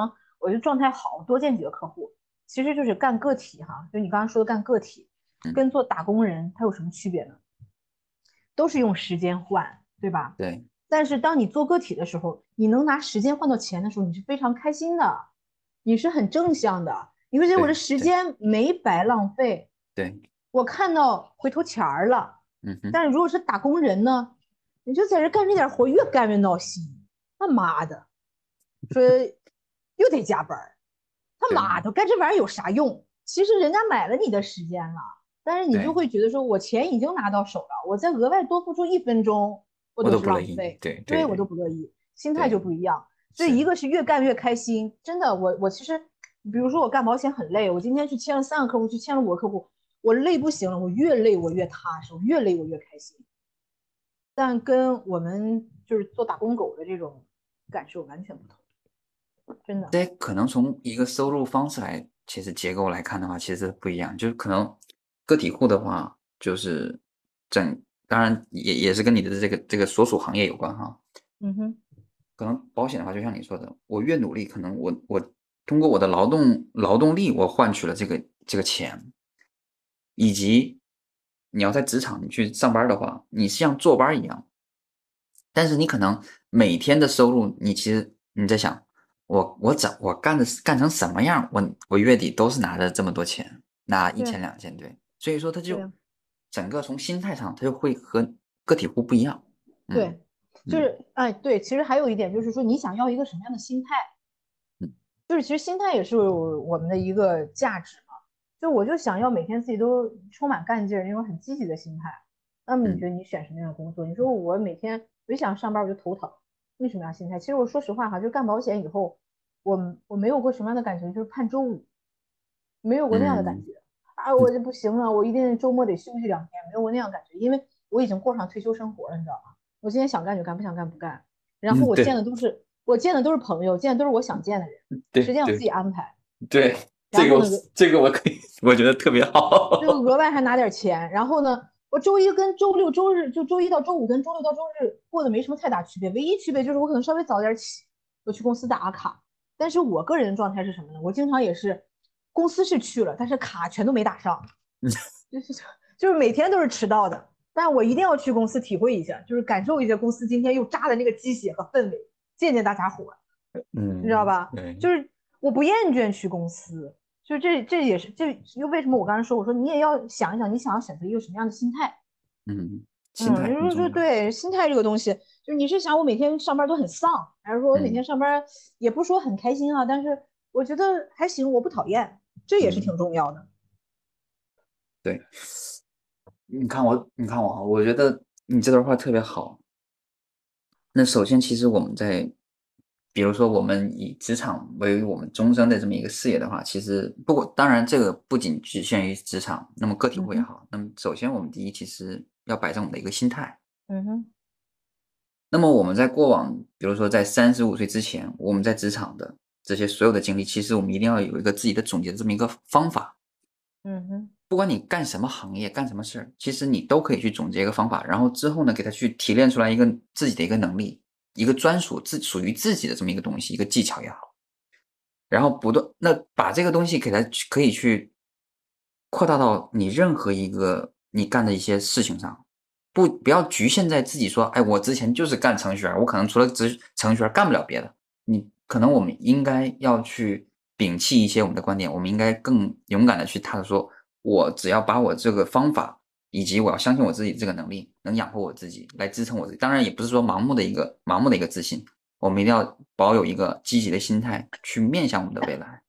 我觉得状态好，多见几个客户，其实就是干个体哈，就你刚刚说的干个体， 嗯， 跟做打工人他有什么区别呢？都是用时间换，对吧？ 对但是当你做个体的时候，你能拿时间换到钱的时候，你是非常开心的，你是很正向的，你会觉得我的对对时间没白浪费， 对， 我看到回头钱儿了。 嗯哼， 但是如果是打工人呢，你就在这干这点活，越干越闹心。他妈的，说又得加班，他对妈的干这玩意儿有啥用？其实人家买了你的时间了，但是你就对， 会觉得说，我钱已经拿到手了，我再额外多付出一分钟，我我都是都不乐意， 浪费， 对对对对我都不乐意，心态就对， 不一样。所以是， 一个是越干越开心，真的，我我其实，比如说我干保险很累，我今天去签了三个客户，去签了五个客户，我累不行了，我越累我越踏实，我越累我越开心。但跟我们就是做打工狗的这种感受完全不同，真的。 这可能从一个收入方式来，其实结构来看的话，其实不一样。就是可能个体户的话，就是整，当然也也是跟你的这个这个所属行业有关哈。 嗯哼， 可能保险的话，就像你说的，我越努力，可能我我通过我的劳动劳动力，我换取了这个这个钱，以及你要在职场你去上班的话，你像坐班一样，但是你可能每天的收入，你其实你在想，我我怎我干的干成什么样，我我月底都是拿着这么多钱，拿一对千两千，对，所以说他就对整个从心态上，他就会和个体户不一样，嗯对，就嗯是哎对，其实还有一点就是说，你想要一个什么样的心态， 嗯就是其实心态也是我们的一个价值嘛。就我就想要每天自己都充满干劲儿，那种很积极的心态。那么你觉嗯得你选什么样的工作？你说我每天我一想上班我就头疼，为什么样心态？其实我说实话哈，就干保险以后，我我没有过什么样的感觉，就是盼周五，没有过那样的感嗯觉啊，我就不行了，我一定周末得休息两天，没有过那样的感觉，因为我已经过上退休生活了，你知道吗？我今天想干就干，不想干不干。然后嗯， 我见对的都是我见的都是朋友，见的都是我想见的人，时对对间我自己安排。 对，这个我然后呢， 这个我可以，我觉得特别就好， 额外还拿点钱。然后呢，我周一跟周六周日，就周一到周五跟周六到周日过得没什么太大区别，唯一区别就是我可能稍微早点起，我去公司打个卡。但是我个人的状态是什么呢？我经常也是公司是去了，但是卡全都没打上，就是就是每天都是迟到的。但我一定要去公司体会一下，就是感受一下公司今天又扎的那个鸡血和氛围，见见大家伙，你知道嗯， 吧？ 对， 就是我不厌倦去公司，就这这也是这又为什么我刚才说我说你也要想一想，你想要选择一个什么样的心态？ 嗯，心嗯，就是态很重要， 说对心态这个东西，就是你是想我每天上班都很丧，还是说我每天嗯上班也不说很开心啊，但是我觉得还行，我不讨厌，这也是嗯， 挺重要的。 对。你看我，你看我啊，我觉得你这段话特别好。那首先，其实我们在，比如说我们以职场为我们终身的这么一个事业的话，其实不过当然这个不仅局限于职场，那么个体嗯哼， 户也好，那么首先我们第一其实要摆正我们的一个心态。 嗯哼， 那么我们在过往，比如说在三十五岁之前，我们在职场的这些所有的经历，其实我们一定要有一个自己的总结的这么一个方法。 嗯哼， 不管你干什么行业，干什么事儿，其实你都可以去总结一个方法，然后之后呢，给它去提炼出来一个自己的一个能力，一个专属自属于自己的这么一个东西，一个技巧也好，然后不断那把这个东西给它去可以去扩大到你任何一个你干的一些事情上，不不要局限在自己说，哎，我之前就是干程序员，我可能除了职程序员干不了别的。你可能我们应该要去摒弃一些我们的观点，我们应该更勇敢的去踏实说，我只要把我这个方法，以及我要相信我自己这个能力，能养活我自己，来支撑我自己。当然，也不是说盲目的一个盲目的一个自信，我们一定要保有一个积极的心态去面向我们的未来。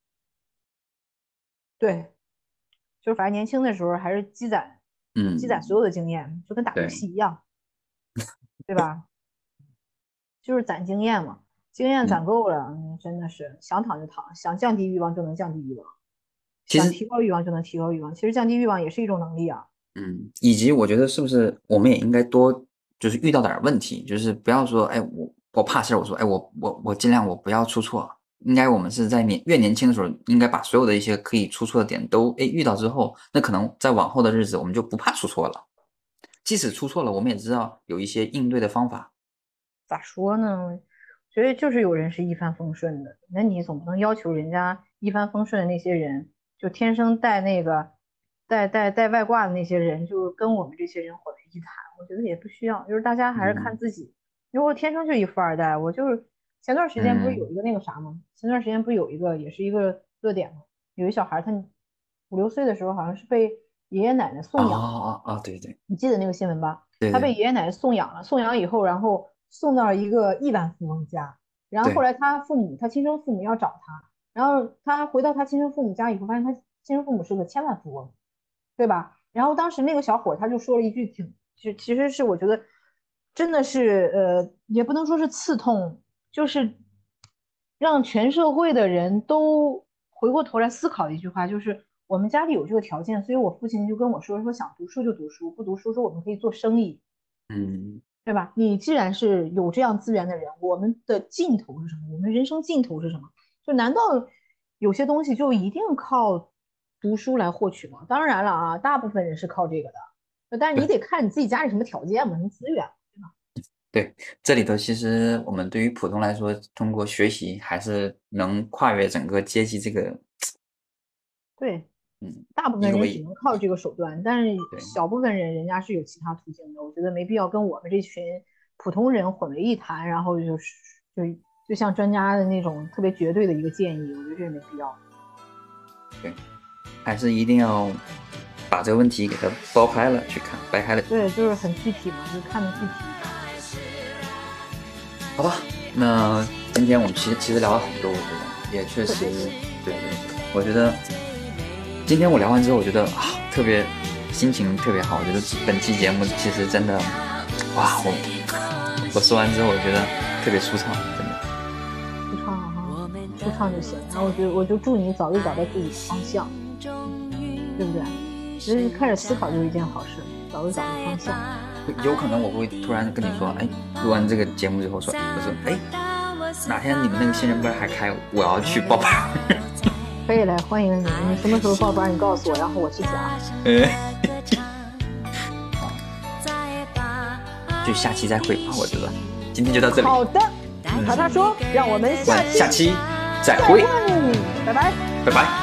对，就是反正年轻的时候还是积攒积攒所嗯， 有的经验，就跟打游对， 戏一样，对吧？就是攒经验嘛，经验攒嗯， 够了，嗯，真的是想躺就躺，想降低欲望就能降低欲望，想其实， 提高欲望就能提高欲望。其实降低欲望也是一种能力啊。 嗯，以及我觉得是不是我们也应该多，就是遇到点问题，就是不要说，哎，我我怕事儿，我说，哎，我我我尽量我不要出错。应该我们是在年越年轻的时候，应该把所有的一些可以出错的点都哎遇到之后，那可能在往后的日子我们就不怕出错了。即使出错了，我们也知道有一些应对的方法。 咋说呢？ 所以就是有人是一帆风顺的，那你总不能要求人家一帆风顺的那些人，就天生带那个带带带外挂的那些人，就跟我们这些人混为一谈。我觉得也不需要，就是大家还是看嗯自己。因为我天生就一富二代，我就是前段时间不是有嗯， 一个那个啥吗？前段时间不是有一个也是一个热点吗？有一小孩他五六岁的时候好像是被爷爷奶奶哦送养， 哦哦，对对你记得那个新闻吧？ 对对他被爷爷奶奶送养了，送养以后，然后送到了一个亿万富翁家。然后后对， 来他父母，他亲生父母要找他，然后他回到他亲生父母家以后，发现他亲生父母是个千万富翁，对吧？然后当时那个小伙他就说了一句挺，其实其实是我觉得真的是呃，也不能说是刺痛，就是让全社会的人都回过头来思考的一句话，就是我们家里有这个条件，所以我父亲就跟我说说想读书就读书，不读书说我们可以做生意， 嗯对吧？你既然是有这样资源的人，我们的尽头是什么？我们人生尽头是什么？就难道有些东西就一定靠读书来获取吗？当然了啊，大部分人是靠这个的，但是你对得看你自己家里什么条件嘛，什么资源，对吧？ 对，这里头其实我们对于普通来说，通过学习还是能跨越整个阶级这个对， 嗯大部分人只一个为能靠这个手段，但是对小部分人人家是有其他途径的。我觉得没必要跟我们这群普通人混为一谈，然后就是就就像专家的那种特别绝对的一个建议，我觉得这是没必要。 对，还是一定要把这个问题给它剥开了去看，掰开了。 对，就是很具体嘛，就是看的具体。 好吧，那今天我们其实其实聊了很多，我觉得也确实，对对对，我觉得今天我聊完之后，我觉得啊，特别心情特别好。我觉得本期节目其实真的，哇，我我说完之后，我觉得特别舒畅，真的。 舒畅哈，舒畅就行。然后我就我就祝你早日找到自己的方向，对不对？其实开始思考就是一件好事，早日找到方向。 有可能我会突然跟你说，哎，录完这个节目之后说，我说，哎，哪天你们那个新人班还开，我要去报班。 可以来，欢迎你。你什么时候报班？你告诉我，然后我去讲。 呃，就下期再会吧，我觉得今天就到这里。 好的，他他说，让我们下期下期再会， 拜拜。 拜拜。